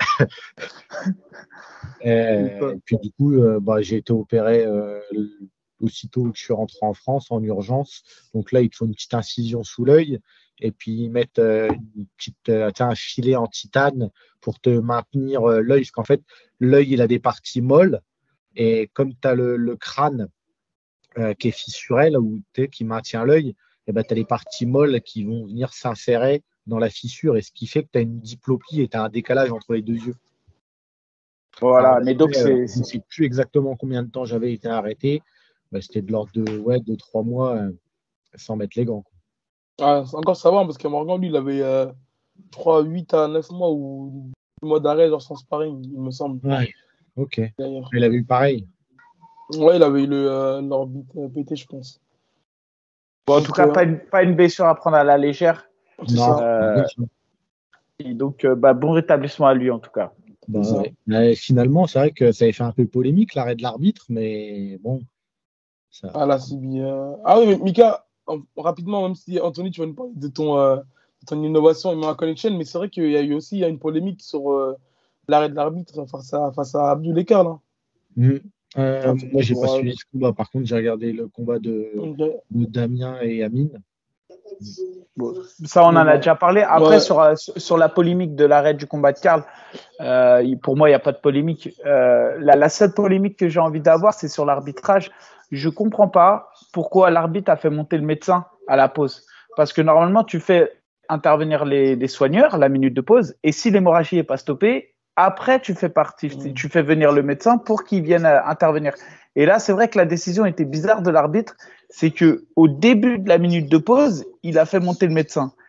Et puis du coup, j'ai été opéré aussitôt que je suis rentré en France en urgence. Donc là, ils te font une petite incision sous l'œil et puis ils mettent un filet en titane pour te maintenir l'œil. Parce qu'en fait, l'œil, il a des parties molles et comme tu as le crâne qui est fissuré, là où qui maintient l'œil, tu as les parties molles qui vont venir s'insérer dans la fissure et ce qui fait que tu as une diplopie et tu as un décalage entre les deux yeux. Voilà, alors, mais donc je ne sais plus exactement combien de temps j'avais été arrêté. C'était de l'ordre de 2-3 mois sans mettre les gants. Ah, encore savoir parce que Morgan, lui, il avait 8 à 9 mois ou 2 mois d'arrêt sans sparring, il me semble. Ouais, ok. Il avait eu pareil. Ouais, il avait eu l'orbite pété, je pense. Bon, en tout cas, pas une blessure à prendre à la légère. Non. Et donc, bon rétablissement à lui, en tout cas. Mais finalement, c'est vrai que ça avait fait un peu polémique, l'arrêt de l'arbitre, mais bon. Ça... Ah, là, c'est bien. Ah oui, mais Mika, rapidement, même si Anthony, tu vas nous parler de ton innovation et ma connection, mais c'est vrai qu'il y a eu aussi une polémique sur l'arrêt de l'arbitre face à Abdul-Ekar, là. Moi, j'ai pas suivi ce combat. Par contre, j'ai regardé le combat de Damien et Amine. Bon, ça, on en a déjà parlé. Après, sur la polémique de l'arrêt du combat de Karl, pour moi, il n'y a pas de polémique. La seule polémique que j'ai envie d'avoir, c'est sur l'arbitrage. Je ne comprends pas pourquoi l'arbitre a fait monter le médecin à la pause. Parce que normalement, tu fais intervenir les soigneurs à la minute de pause. Et si l'hémorragie n'est pas stoppée, après, tu fais venir le médecin pour qu'il vienne intervenir. Et là, c'est vrai que la décision était bizarre de l'arbitre. C'est qu'au début de la minute de pause, il a fait monter le médecin.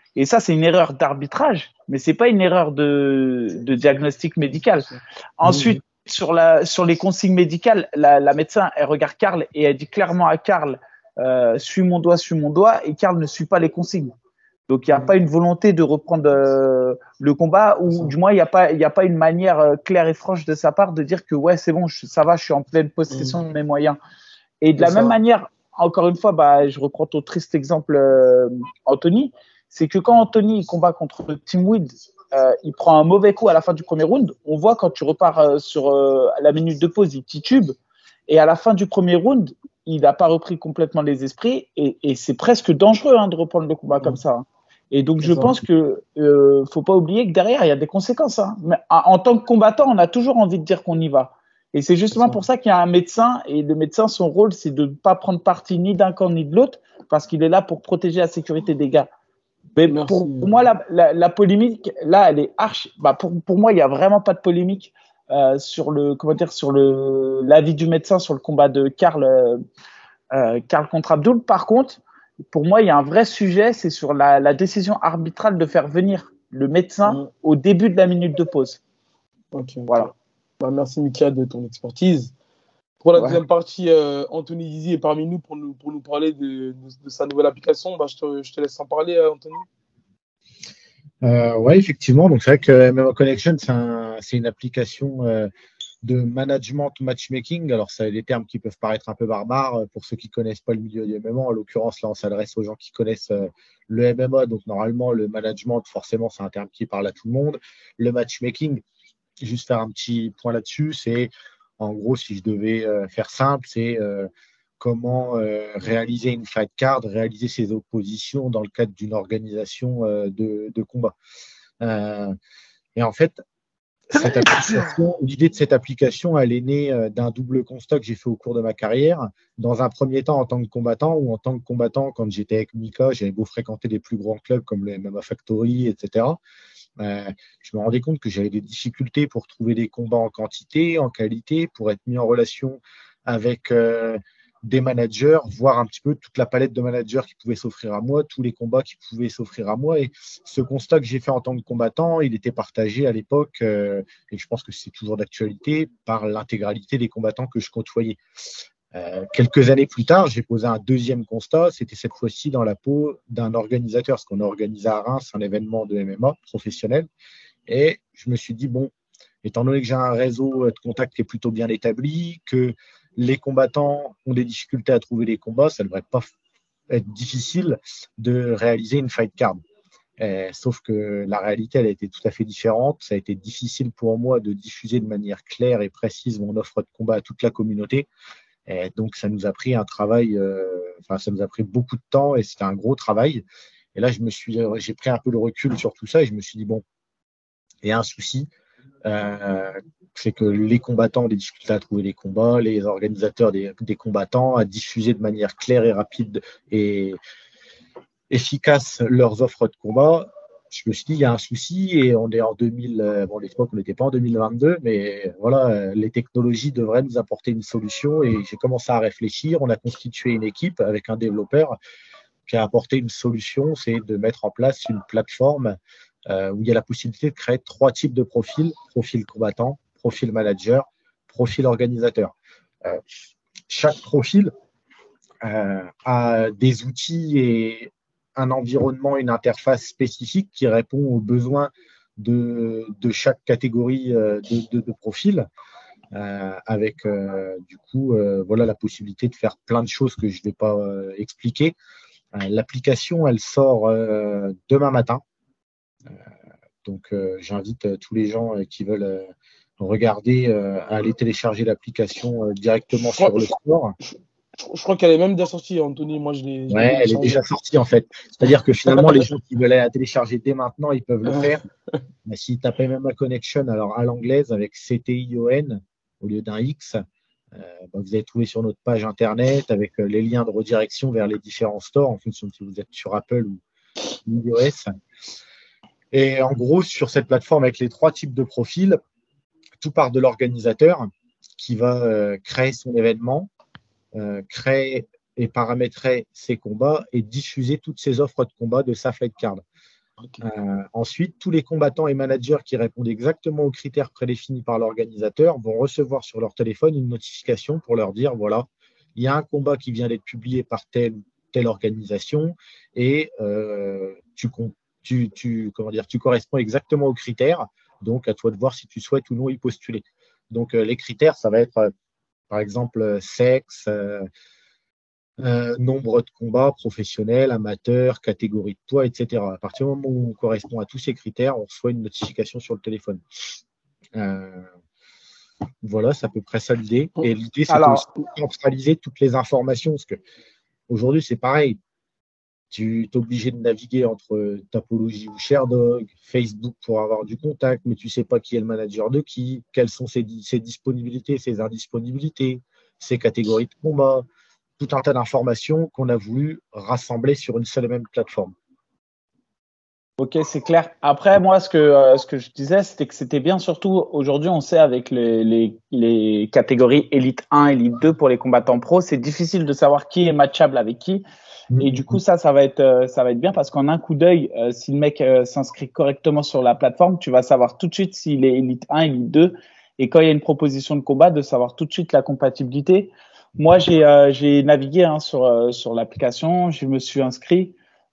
Et ça, c'est une erreur d'arbitrage, mais c'est pas une erreur de diagnostic médical. Ensuite, sur les consignes médicales, la médecin, elle regarde Karl et elle dit clairement à Karl, suis mon doigt, et Karl ne suit pas les consignes. Donc, il n'y a pas une volonté de reprendre le combat, ou du moins, il n'y a pas une manière claire et franche de sa part de dire que ouais, c'est bon, ça va, je suis en pleine possession de mes moyens. Et de la même manière, encore une fois, je reprends ton triste exemple, Anthony, c'est que quand Anthony combat contre Tim Wilde, il prend un mauvais coup à la fin du premier round. On voit quand tu repars sur la minute de pause, il titube. Et à la fin du premier round, il n'a pas repris complètement les esprits. Et c'est presque dangereux de reprendre le combat comme ça. Et donc, je pense que faut pas oublier que derrière, il y a des conséquences. Mais en tant que combattant, on a toujours envie de dire qu'on y va. Et c'est justement pour ça qu'il y a un médecin. Et le médecin, son rôle, c'est de ne pas prendre parti ni d'un camp ni de l'autre, parce qu'il est là pour protéger la sécurité des gars. Mais pour moi, la polémique, là, elle est archi. Pour moi, il n'y a vraiment pas de polémique sur l'avis du médecin sur le combat de Karl contre Abdul. Par contre, pour moi, il y a un vrai sujet, c'est sur la décision arbitrale de faire venir le médecin au début de la minute de pause. Voilà. Merci, Mika, de ton expertise. Pour la deuxième partie, Anthony Dizy est parmi nous pour nous parler de sa nouvelle application. Je te laisse en parler, Anthony. Oui, effectivement. Donc, c'est vrai que MMA Connection, c'est une application de management matchmaking. Alors, ça a des termes qui peuvent paraître un peu barbares pour ceux qui ne connaissent pas le milieu du MMA. En l'occurrence, là, on s'adresse aux gens qui connaissent le MMA. Donc, normalement, le management, forcément, c'est un terme qui parle à tout le monde. Le matchmaking, juste faire un petit point là-dessus, c'est en gros, si je devais faire simple, c'est comment réaliser une fight card, réaliser ses oppositions dans le cadre d'une organisation de combat. Et en fait, l'idée de cette application, elle est née d'un double constat que j'ai fait au cours de ma carrière. Dans un premier temps, en tant que combattant, quand j'étais avec Mika, j'avais beau fréquenter des plus grands clubs comme le MMA Factory, etc. Je me rendais compte que j'avais des difficultés pour trouver des combats en quantité, en qualité, pour être mis en relation avec des managers, voir un petit peu toute la palette de managers qui pouvaient s'offrir à moi, tous les combats qui pouvaient s'offrir à moi. Et ce constat que j'ai fait en tant que combattant, il était partagé à l'époque, et je pense que c'est toujours d'actualité, par l'intégralité des combattants que je côtoyais. Quelques années plus tard, j'ai posé un deuxième constat, c'était cette fois-ci dans la peau d'un organisateur, parce qu'on a organisé à Reims un événement de MMA professionnel, et je me suis dit, bon, étant donné que j'ai un réseau de contacts qui est plutôt bien établi, que les combattants ont des difficultés à trouver les combats, ça ne devrait pas être difficile de réaliser une fight card. Sauf que la réalité, elle a été tout à fait différente. Ça a été difficile pour moi de diffuser de manière claire et précise mon offre de combat à toute la communauté. Et donc, ça nous a pris un travail, ça nous a pris beaucoup de temps et c'était un gros travail. Et là, j'ai pris un peu le recul sur tout ça et je me suis dit, bon, il y a un souci, c'est que les combattants ont des difficultés à trouver les combats, les organisateurs des combattants à diffuser de manière claire et rapide et efficace leurs offres de combat. Je me suis dit, il y a un souci et on est en 2000. Bon, à l'époque, on n'était pas en 2022, mais voilà, les technologies devraient nous apporter une solution et j'ai commencé à réfléchir. On a constitué une équipe avec un développeur qui a apporté une solution, c'est de mettre en place une plateforme où il y a la possibilité de créer 3 types de profils: profil combattant, profil manager, profil organisateur. Chaque profil a des outils et un environnement, une interface spécifique qui répond aux besoins de chaque catégorie de profil, avec du coup voilà la possibilité de faire plein de choses que je ne vais pas expliquer. L'application, elle sort demain matin. Donc, j'invite tous les gens qui veulent regarder à aller télécharger l'application directement sur le store. Je crois qu'elle est même déjà sortie, Anthony. Moi, ouais, elle est déjà sortie en fait. C'est-à-dire que finalement, les gens qui veulent la télécharger dès maintenant, ils peuvent le faire. Mais s'ils tapent MMA Connection, alors à l'anglaise avec CTION au lieu d'un X, vous allez trouver sur notre page internet avec les liens de redirection vers les différents stores en fonction de si vous êtes sur Apple ou iOS. Et en gros, sur cette plateforme avec les 3 types de profils, tout part de l'organisateur qui va créer son événement, créer et paramétrer ses combats et diffuser toutes ses offres de combat de sa fight card. Ok. Ensuite, tous les combattants et managers qui répondent exactement aux critères prédéfinis par l'organisateur vont recevoir sur leur téléphone une notification pour leur dire, voilà, il y a un combat qui vient d'être publié par telle organisation et tu corresponds exactement aux critères. Donc, à toi de voir si tu souhaites ou non y postuler. Donc, les critères, ça va être, par exemple, sexe, nombre de combats professionnels, amateurs, catégorie de poids, etc. À partir du moment où on correspond à tous ces critères, on reçoit une notification sur le téléphone. Voilà, c'est à peu près ça l'idée. Et l'idée, c'était aussi Alors, de centraliser toutes les informations, parce qu'aujourd'hui, c'est pareil. Tu es obligé de naviguer entre Tapology ou Sherdog, Facebook pour avoir du contact, mais tu ne sais pas qui est le manager de qui, quelles sont ses disponibilités, ses indisponibilités, ses catégories de combat, tout un tas d'informations qu'on a voulu rassembler sur une seule et même plateforme. ok, c'est clair. Après, moi, ce que je disais, c'était que c'était bien, surtout aujourd'hui, on sait avec les catégories Elite 1, Elite 2 pour les combattants pro, c'est difficile de savoir qui est matchable avec qui. Et du coup, ça va être bien parce qu'en un coup d'œil, si le mec s'inscrit correctement sur la plateforme, tu vas savoir tout de suite s'il est Elite 1, Elite 2. Et quand il y a une proposition de combat, de savoir tout de suite la compatibilité. Moi, j'ai navigué sur l'application, je me suis inscrit.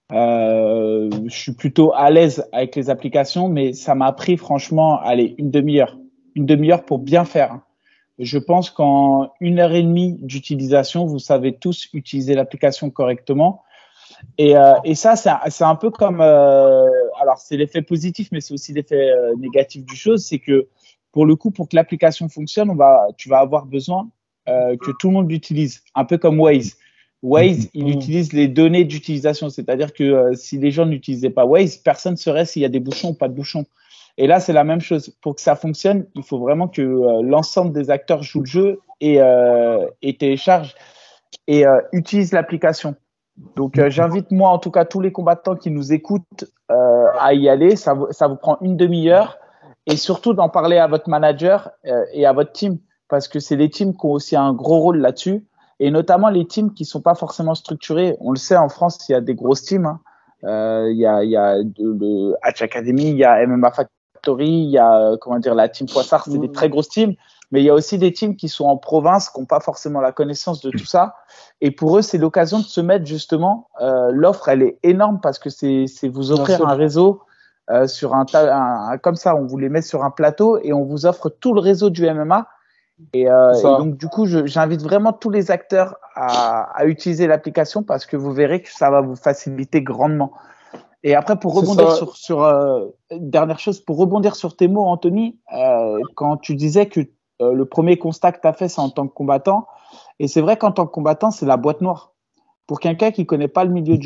Je suis plutôt à l'aise avec les applications, mais ça m'a pris franchement, allez, une demi-heure pour bien faire, hein. Je pense qu'en 1 heure et demie d'utilisation, vous savez tous utiliser l'application correctement. Et ça, c'est un peu comme, alors c'est l'effet positif, mais c'est aussi l'effet négatif du chose, c'est que pour le coup, pour que l'application fonctionne, tu vas avoir besoin que tout le monde l'utilise, un peu comme Waze. Waze, il utilise les données d'utilisation, c'est-à-dire que si les gens n'utilisaient pas Waze, personne ne saurait s'il y a des bouchons ou pas de bouchons. Et là, c'est la même chose. Pour que ça fonctionne, il faut vraiment que l'ensemble des acteurs jouent le jeu et téléchargent et utilisent l'application. Donc, j'invite moi, en tout cas, tous les combattants qui nous écoutent à y aller. Ça vous prend une demi-heure et surtout d'en parler à votre manager et à votre team parce que c'est les teams qui ont aussi un gros rôle là-dessus et notamment les teams qui sont pas forcément structurés. On le sait, en France, il y a des grosses teams, hein. Il y a le Hatch Academy, il y a MMA Factory, il y a comment dire la team Poissard, c'est des très grosses teams. Mais il y a aussi des teams qui sont en province, qui n'ont pas forcément la connaissance de tout ça. Et pour eux, c'est l'occasion de se mettre justement. L'offre, elle est énorme parce que c'est vous offrir un réseau sur comme ça. On vous les met sur un plateau et on vous offre tout le réseau du MMA. Et donc, du coup, j'invite vraiment tous les acteurs à utiliser l'application parce que vous verrez que ça va vous faciliter grandement. Et après, pour rebondir dernière chose, pour rebondir sur tes mots, Anthony, quand tu disais que le premier constat que tu as fait, c'est en tant que combattant. Et c'est vrai qu'en tant que combattant, c'est la boîte noire. Pour quelqu'un qui ne connaît pas le milieu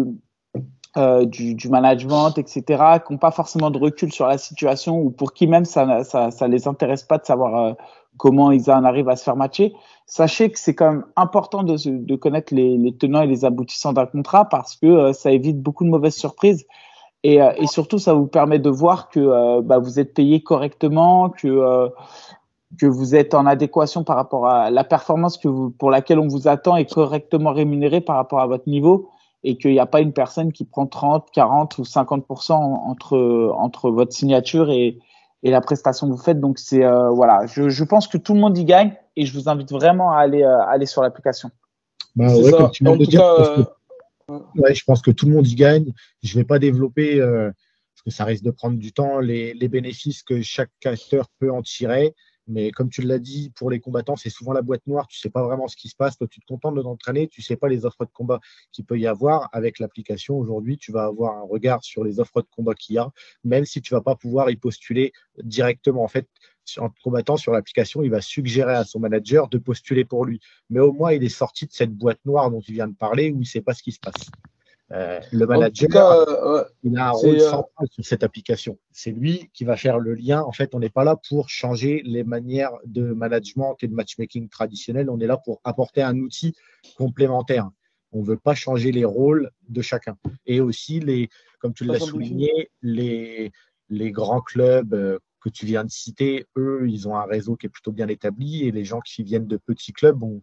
du management, etc., qui n'ont pas forcément de recul sur la situation ou pour qui même ça les intéresse pas de savoir comment ils en arrivent à se faire matcher, sachez que c'est quand même important de connaître les tenants et les aboutissants d'un contrat parce que ça évite beaucoup de mauvaises surprises et surtout ça vous permet de voir que vous êtes payé correctement, que vous êtes en adéquation par rapport à la performance pour laquelle on vous attend et correctement rémunéré par rapport à votre niveau et qu'il n'y a pas une personne qui prend 30, 40 ou 50% entre votre signature et la prestation que vous faites. Donc, voilà, je pense que tout le monde y gagne et je vous invite vraiment à aller sur l'application. Comme tu viens de dire, je pense que tout le monde y gagne. Je ne vais pas développer, parce que ça risque de prendre du temps, les bénéfices que chaque acteur peut en tirer. Mais comme tu l'as dit, pour les combattants, c'est souvent la boîte noire. Tu ne sais pas vraiment ce qui se passe. Toi, tu te contentes de t'entraîner. Tu ne sais pas les offres de combat qu'il peut y avoir. Avec l'application, aujourd'hui, tu vas avoir un regard sur les offres de combat qu'il y a, même si tu ne vas pas pouvoir y postuler directement. En fait, en combattant sur l'application, il va suggérer à son manager de postuler pour lui. Mais au moins, il est sorti de cette boîte noire dont tu viens de parler où il ne sait pas ce qui se passe. Le manager, il a un rôle central sur cette application. C'est lui qui va faire le lien. En fait, on n'est pas là pour changer les manières de management et de matchmaking traditionnels. On est là pour apporter un outil complémentaire. On ne veut pas changer les rôles de chacun. Et aussi, comme tu l'as souligné, les grands clubs que tu viens de citer, eux, ils ont un réseau qui est plutôt bien établi et les gens qui viennent de petits clubs ont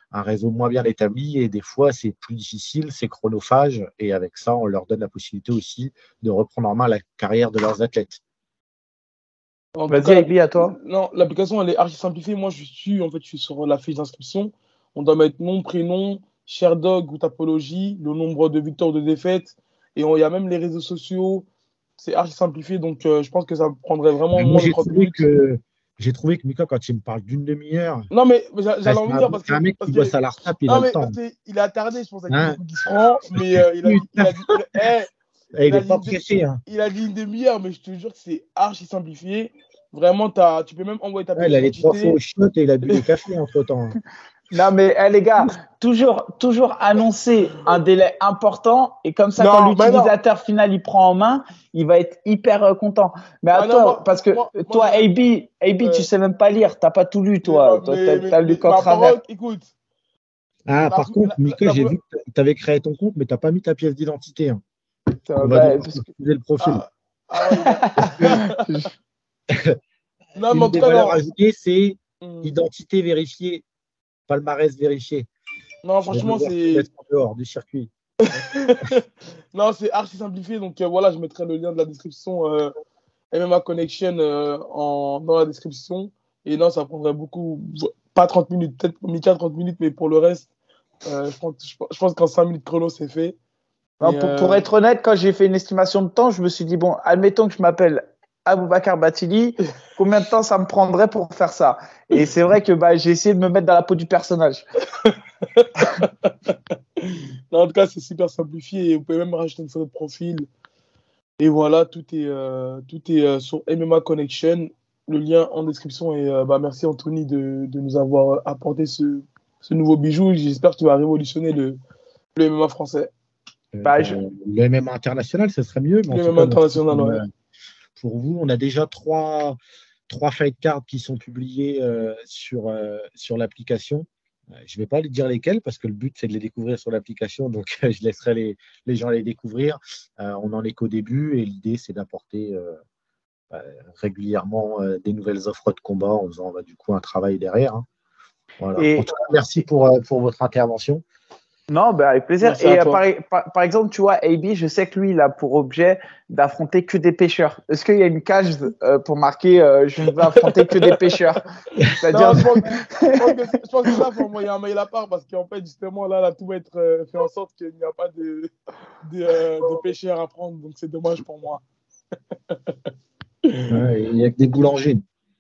un réseau moins bien établi et des fois, c'est plus difficile, c'est chronophage. Et avec ça, on leur donne la possibilité aussi de reprendre en main la carrière de leurs athlètes. En tout Vas-y, cas, Aibi, à toi. non, l'application, elle est archi simplifiée. Moi, je suis sur la fiche d'inscription. On doit mettre nom, prénom, Sherdog ou Tapologie, le nombre de victoires ou de défaites. Et il y a même les réseaux sociaux. C'est archi simplifié. Donc, je pense que ça prendrait vraiment Moi, moins de 30 minutes. j'ai trouvé que Mika, quand il me parle d'une demi-heure, Non, mais j'allais envie de dire parce c'est un mec parce qui que bosse à la RTAP, il a non, le mais temps. parce qu'il est attardé, je pense, avec Hein? les coups qui se prend. Mais Il n'est pas pressé. Hein. il a dit une demi-heure, mais je te jure que c'est archi simplifié. Vraiment, tu peux même envoyer ta pièce Il a les 3 fois d'identité. au shot et il a bu des cafés entre-temps. Non, mais les gars, toujours annoncer un délai important. Et comme ça, Non, quand mais non. l'utilisateur final il prend en main, il va être hyper content. Mais à Ah non, toi, parce que toi, j'aurais- AB, tu sais même pas lire. T'as pas tout lu, toi. Toi, t'as lu qu'en ma travers. parole, écoute. Ah, La- par contre, la- Mika, la- j'ai vu que tu avais créé ton compte, mais tu n'as pas mis ta pièce d'identité. Hein. On va Bah, devoir parce que- utiliser le profil. Ouais, non, mais en Une tout des cas, valeurs non. ajoutées, c'est Hmm. identité vérifiée, palmarès vérifié. Non, Je vais franchement, devoir te c'est. mettre en dehors du circuit. Non, c'est archi simplifié. Donc, voilà, je mettrai le lien de la description MMA Connection dans la description. Et non, ça prendrait pas 30 minutes, peut-être Mika 30 minutes, mais pour le reste, je pense qu'en 5 minutes chrono, c'est fait. Non, Mais, pour être honnête, quand j'ai fait une estimation de temps, je me suis dit, bon, admettons que je m'appelle Aboubakar Batili, combien de temps ça me prendrait pour faire ça? Et c'est vrai que j'ai essayé de me mettre dans la peau du personnage. Non, en tout cas, c'est super simplifié et vous pouvez même rajouter une photo de profil. Et voilà, tout est sur MMA Connection. Le lien en description. Et merci Anthony de nous avoir apporté ce nouveau bijou. J'espère que tu vas révolutionner le MMA français. Le MMA international, ce serait mieux. Mais le MMA international, ouais. Pour vous, on a déjà trois fight cards qui sont publiés sur l'application. Je ne vais pas les dire lesquels parce que le but, c'est de les découvrir sur l'application. Donc, je laisserai les gens les découvrir. On n'en est qu'au début et l'idée, c'est d'apporter régulièrement des nouvelles offres de combat en faisant du coup un travail derrière. Hein. Voilà. En tout cas, merci pour votre intervention. Non, avec plaisir. Merci et par exemple, tu vois, AB, je sais que lui, il a pour objet d'affronter que des pêcheurs. Est-ce qu'il y a une cage pour marquer je ne veux affronter que des pêcheurs? C'est-à-dire... Non, je pense que ça, il faut envoyer un mail à part parce qu'en fait, justement, là, tout va être fait en sorte qu'il n'y a pas de pêcheurs à prendre. Donc, c'est dommage pour moi. Il n'y a que des boulangers.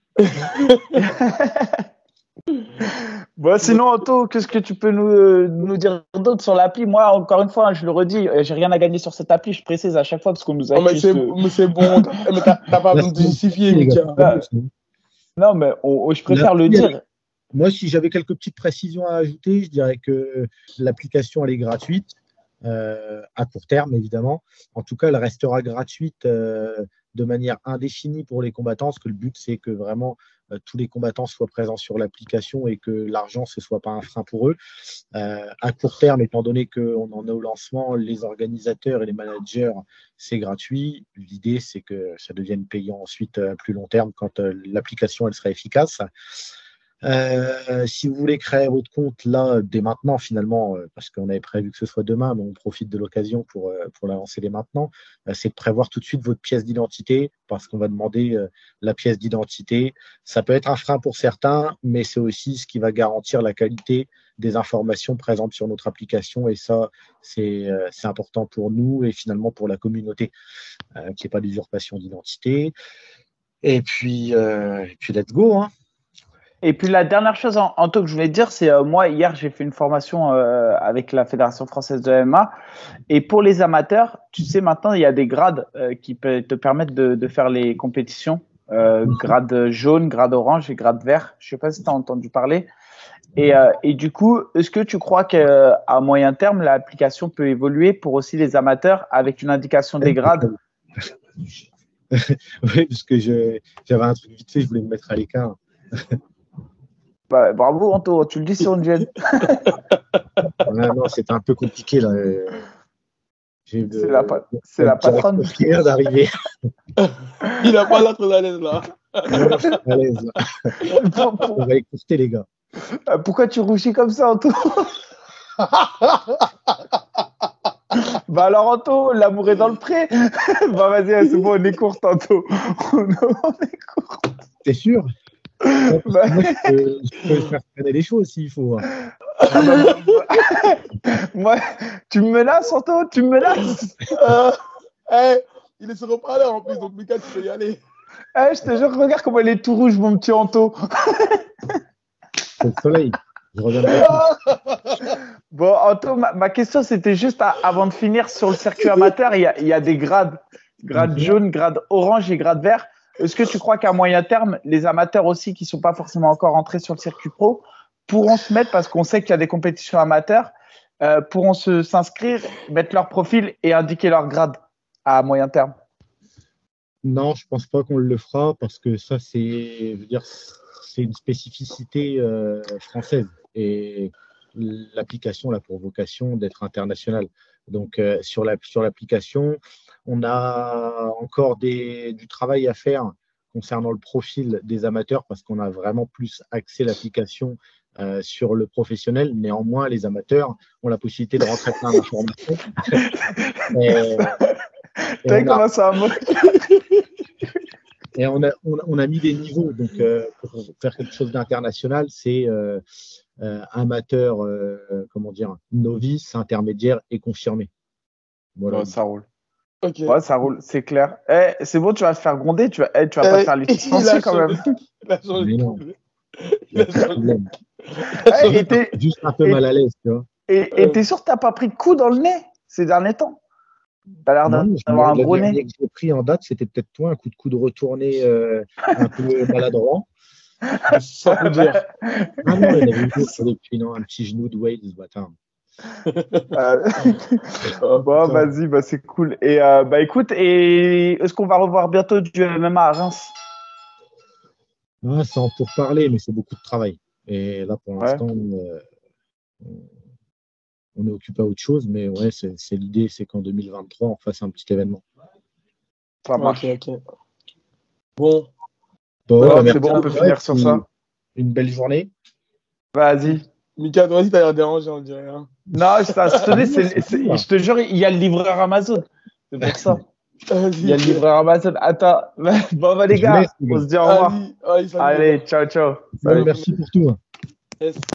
Bon, sinon, Anto, qu'est-ce que tu peux nous dire d'autre sur l'appli? Moi, encore une fois, je le redis, j'ai rien à gagner sur cette appli, je précise à chaque fois parce qu'on nous a mais c'est bon, mais t'as pas besoin de justifier, Mika. Non, mais je préfère le dire. Moi, si j'avais quelques petites précisions à ajouter, je dirais que l'application, elle est gratuite, à court terme, évidemment. En tout cas, elle restera gratuite de manière indéfinie pour les combattants, parce que le but, c'est que vraiment tous les combattants soient présents sur l'application et que l'argent, ce ne soit pas un frein pour eux. À court terme, étant donné qu'on en est au lancement, les organisateurs et les managers, c'est gratuit. L'idée, c'est que ça devienne payant ensuite à plus long terme quand l'application elle sera efficace. Si vous voulez créer votre compte là dès maintenant finalement, parce qu'on avait prévu que ce soit demain, mais on profite de l'occasion pour la lancer dès maintenant, c'est de prévoir tout de suite votre pièce d'identité parce qu'on va demander la pièce d'identité. Ça peut être un frein pour certains, mais c'est aussi ce qui va garantir la qualité des informations présentes sur notre application et ça c'est important pour nous et finalement pour la communauté qu'il n'y ait pas d'usurpation d'identité et puis let's go hein. Et puis la dernière chose en tout que je voulais te dire, c'est moi hier j'ai fait une formation avec la Fédération française de MMA et pour les amateurs, tu sais maintenant il y a des grades qui te permettent de faire les compétitions, grade jaune, grade orange et grade vert. Je sais pas si tu as entendu parler. Et du coup, est-ce que tu crois qu'à moyen terme l'application peut évoluer pour aussi les amateurs avec une indication des grades? Oui, parce que j'avais un truc vite fait, je voulais me mettre à l'écart. Bravo Anto, tu le dis sur une gêne. Non, c'était un peu compliqué là. C'est la patronne. D'arriver. Il n'a pas l'air très à l'aise là. À l'aise. On va écouter les gars. Pourquoi tu rougis comme ça, Anto? Bah alors, Anto, l'amour est dans le pré. Bah vas-y, c'est bon, on est court, Anto. On est court. T'es sûr? Bah, Moi, je peux faire traîner les choses s'il faut. moi, tu me menaces, Anto? Tu me menaces? Il est sur reparleur en plus, donc Mika, tu peux y aller. Je te jure, regarde comment il est tout rouge, mon petit Anto. C'est le soleil. Je reviendrai. Bon, Anto, ma question, c'était juste avant de finir sur le circuit amateur, il y a des grades. Grade jaune, grade orange et grade vert. Est-ce que tu crois qu'à moyen terme, les amateurs aussi qui ne sont pas forcément encore entrés sur le circuit pro pourront se mettre, parce qu'on sait qu'il y a des compétitions amateurs, pourront s'inscrire, mettre leur profil et indiquer leur grade à moyen terme? Non, je pense pas qu'on le fera parce que ça, je veux dire, c'est une spécificité française et l'application a pour vocation d'être internationale. Donc, sur l'application, on a encore du travail à faire concernant le profil des amateurs parce qu'on a vraiment plus axé l'application sur le professionnel. Néanmoins, les amateurs ont la possibilité de rentrer plein d'informations. T'as vu comment ça va? Et on a mis des niveaux. Donc, pour faire quelque chose d'international, c'est amateur, comment dire, novice, intermédiaire et confirmé. Voilà. Ouais, ça roule. Okay. Ouais, ça roule, c'est clair. C'est bon, tu vas te faire gronder, tu vas pas te faire les licencier quand même. Mais non. Juste un peu mal à l'aise, tu vois. Et t'es sûr que t'as pas pris de coups dans le nez ces derniers temps? T'as l'air d'avoir un gros nez. Le dernier que j'ai pris en date, c'était peut-être toi, un coup de coude retourné un peu maladroit. Ça peut dire. Ah non, il y en avait eu d'autres depuis, non, un petit genou de Wade, ce matin. Bon, vas-y, bah, c'est cool. Et bah écoute, est-ce qu'on va revoir bientôt du MMA à Reims? Ah, c'est en pourparler, mais c'est beaucoup de travail. Et là, pour l'instant, on est occupé à autre chose, mais ouais, c'est l'idée, c'est qu'en 2023, on fasse un petit événement. Ça marche. Ok. Bon, c'est bon, on peut finir sur ça. Une belle journée. Vas-y. Mika, toi aussi, t'as l'air dérangé, on dirait. Hein. Non, je te jure, il y a le livreur Amazon. C'est pour ça. Il y a le livreur Amazon. Attends. Bon, bah, les gars, on se dit au revoir. Allez, ciao, ciao. Salut. Merci pour tout. Yes.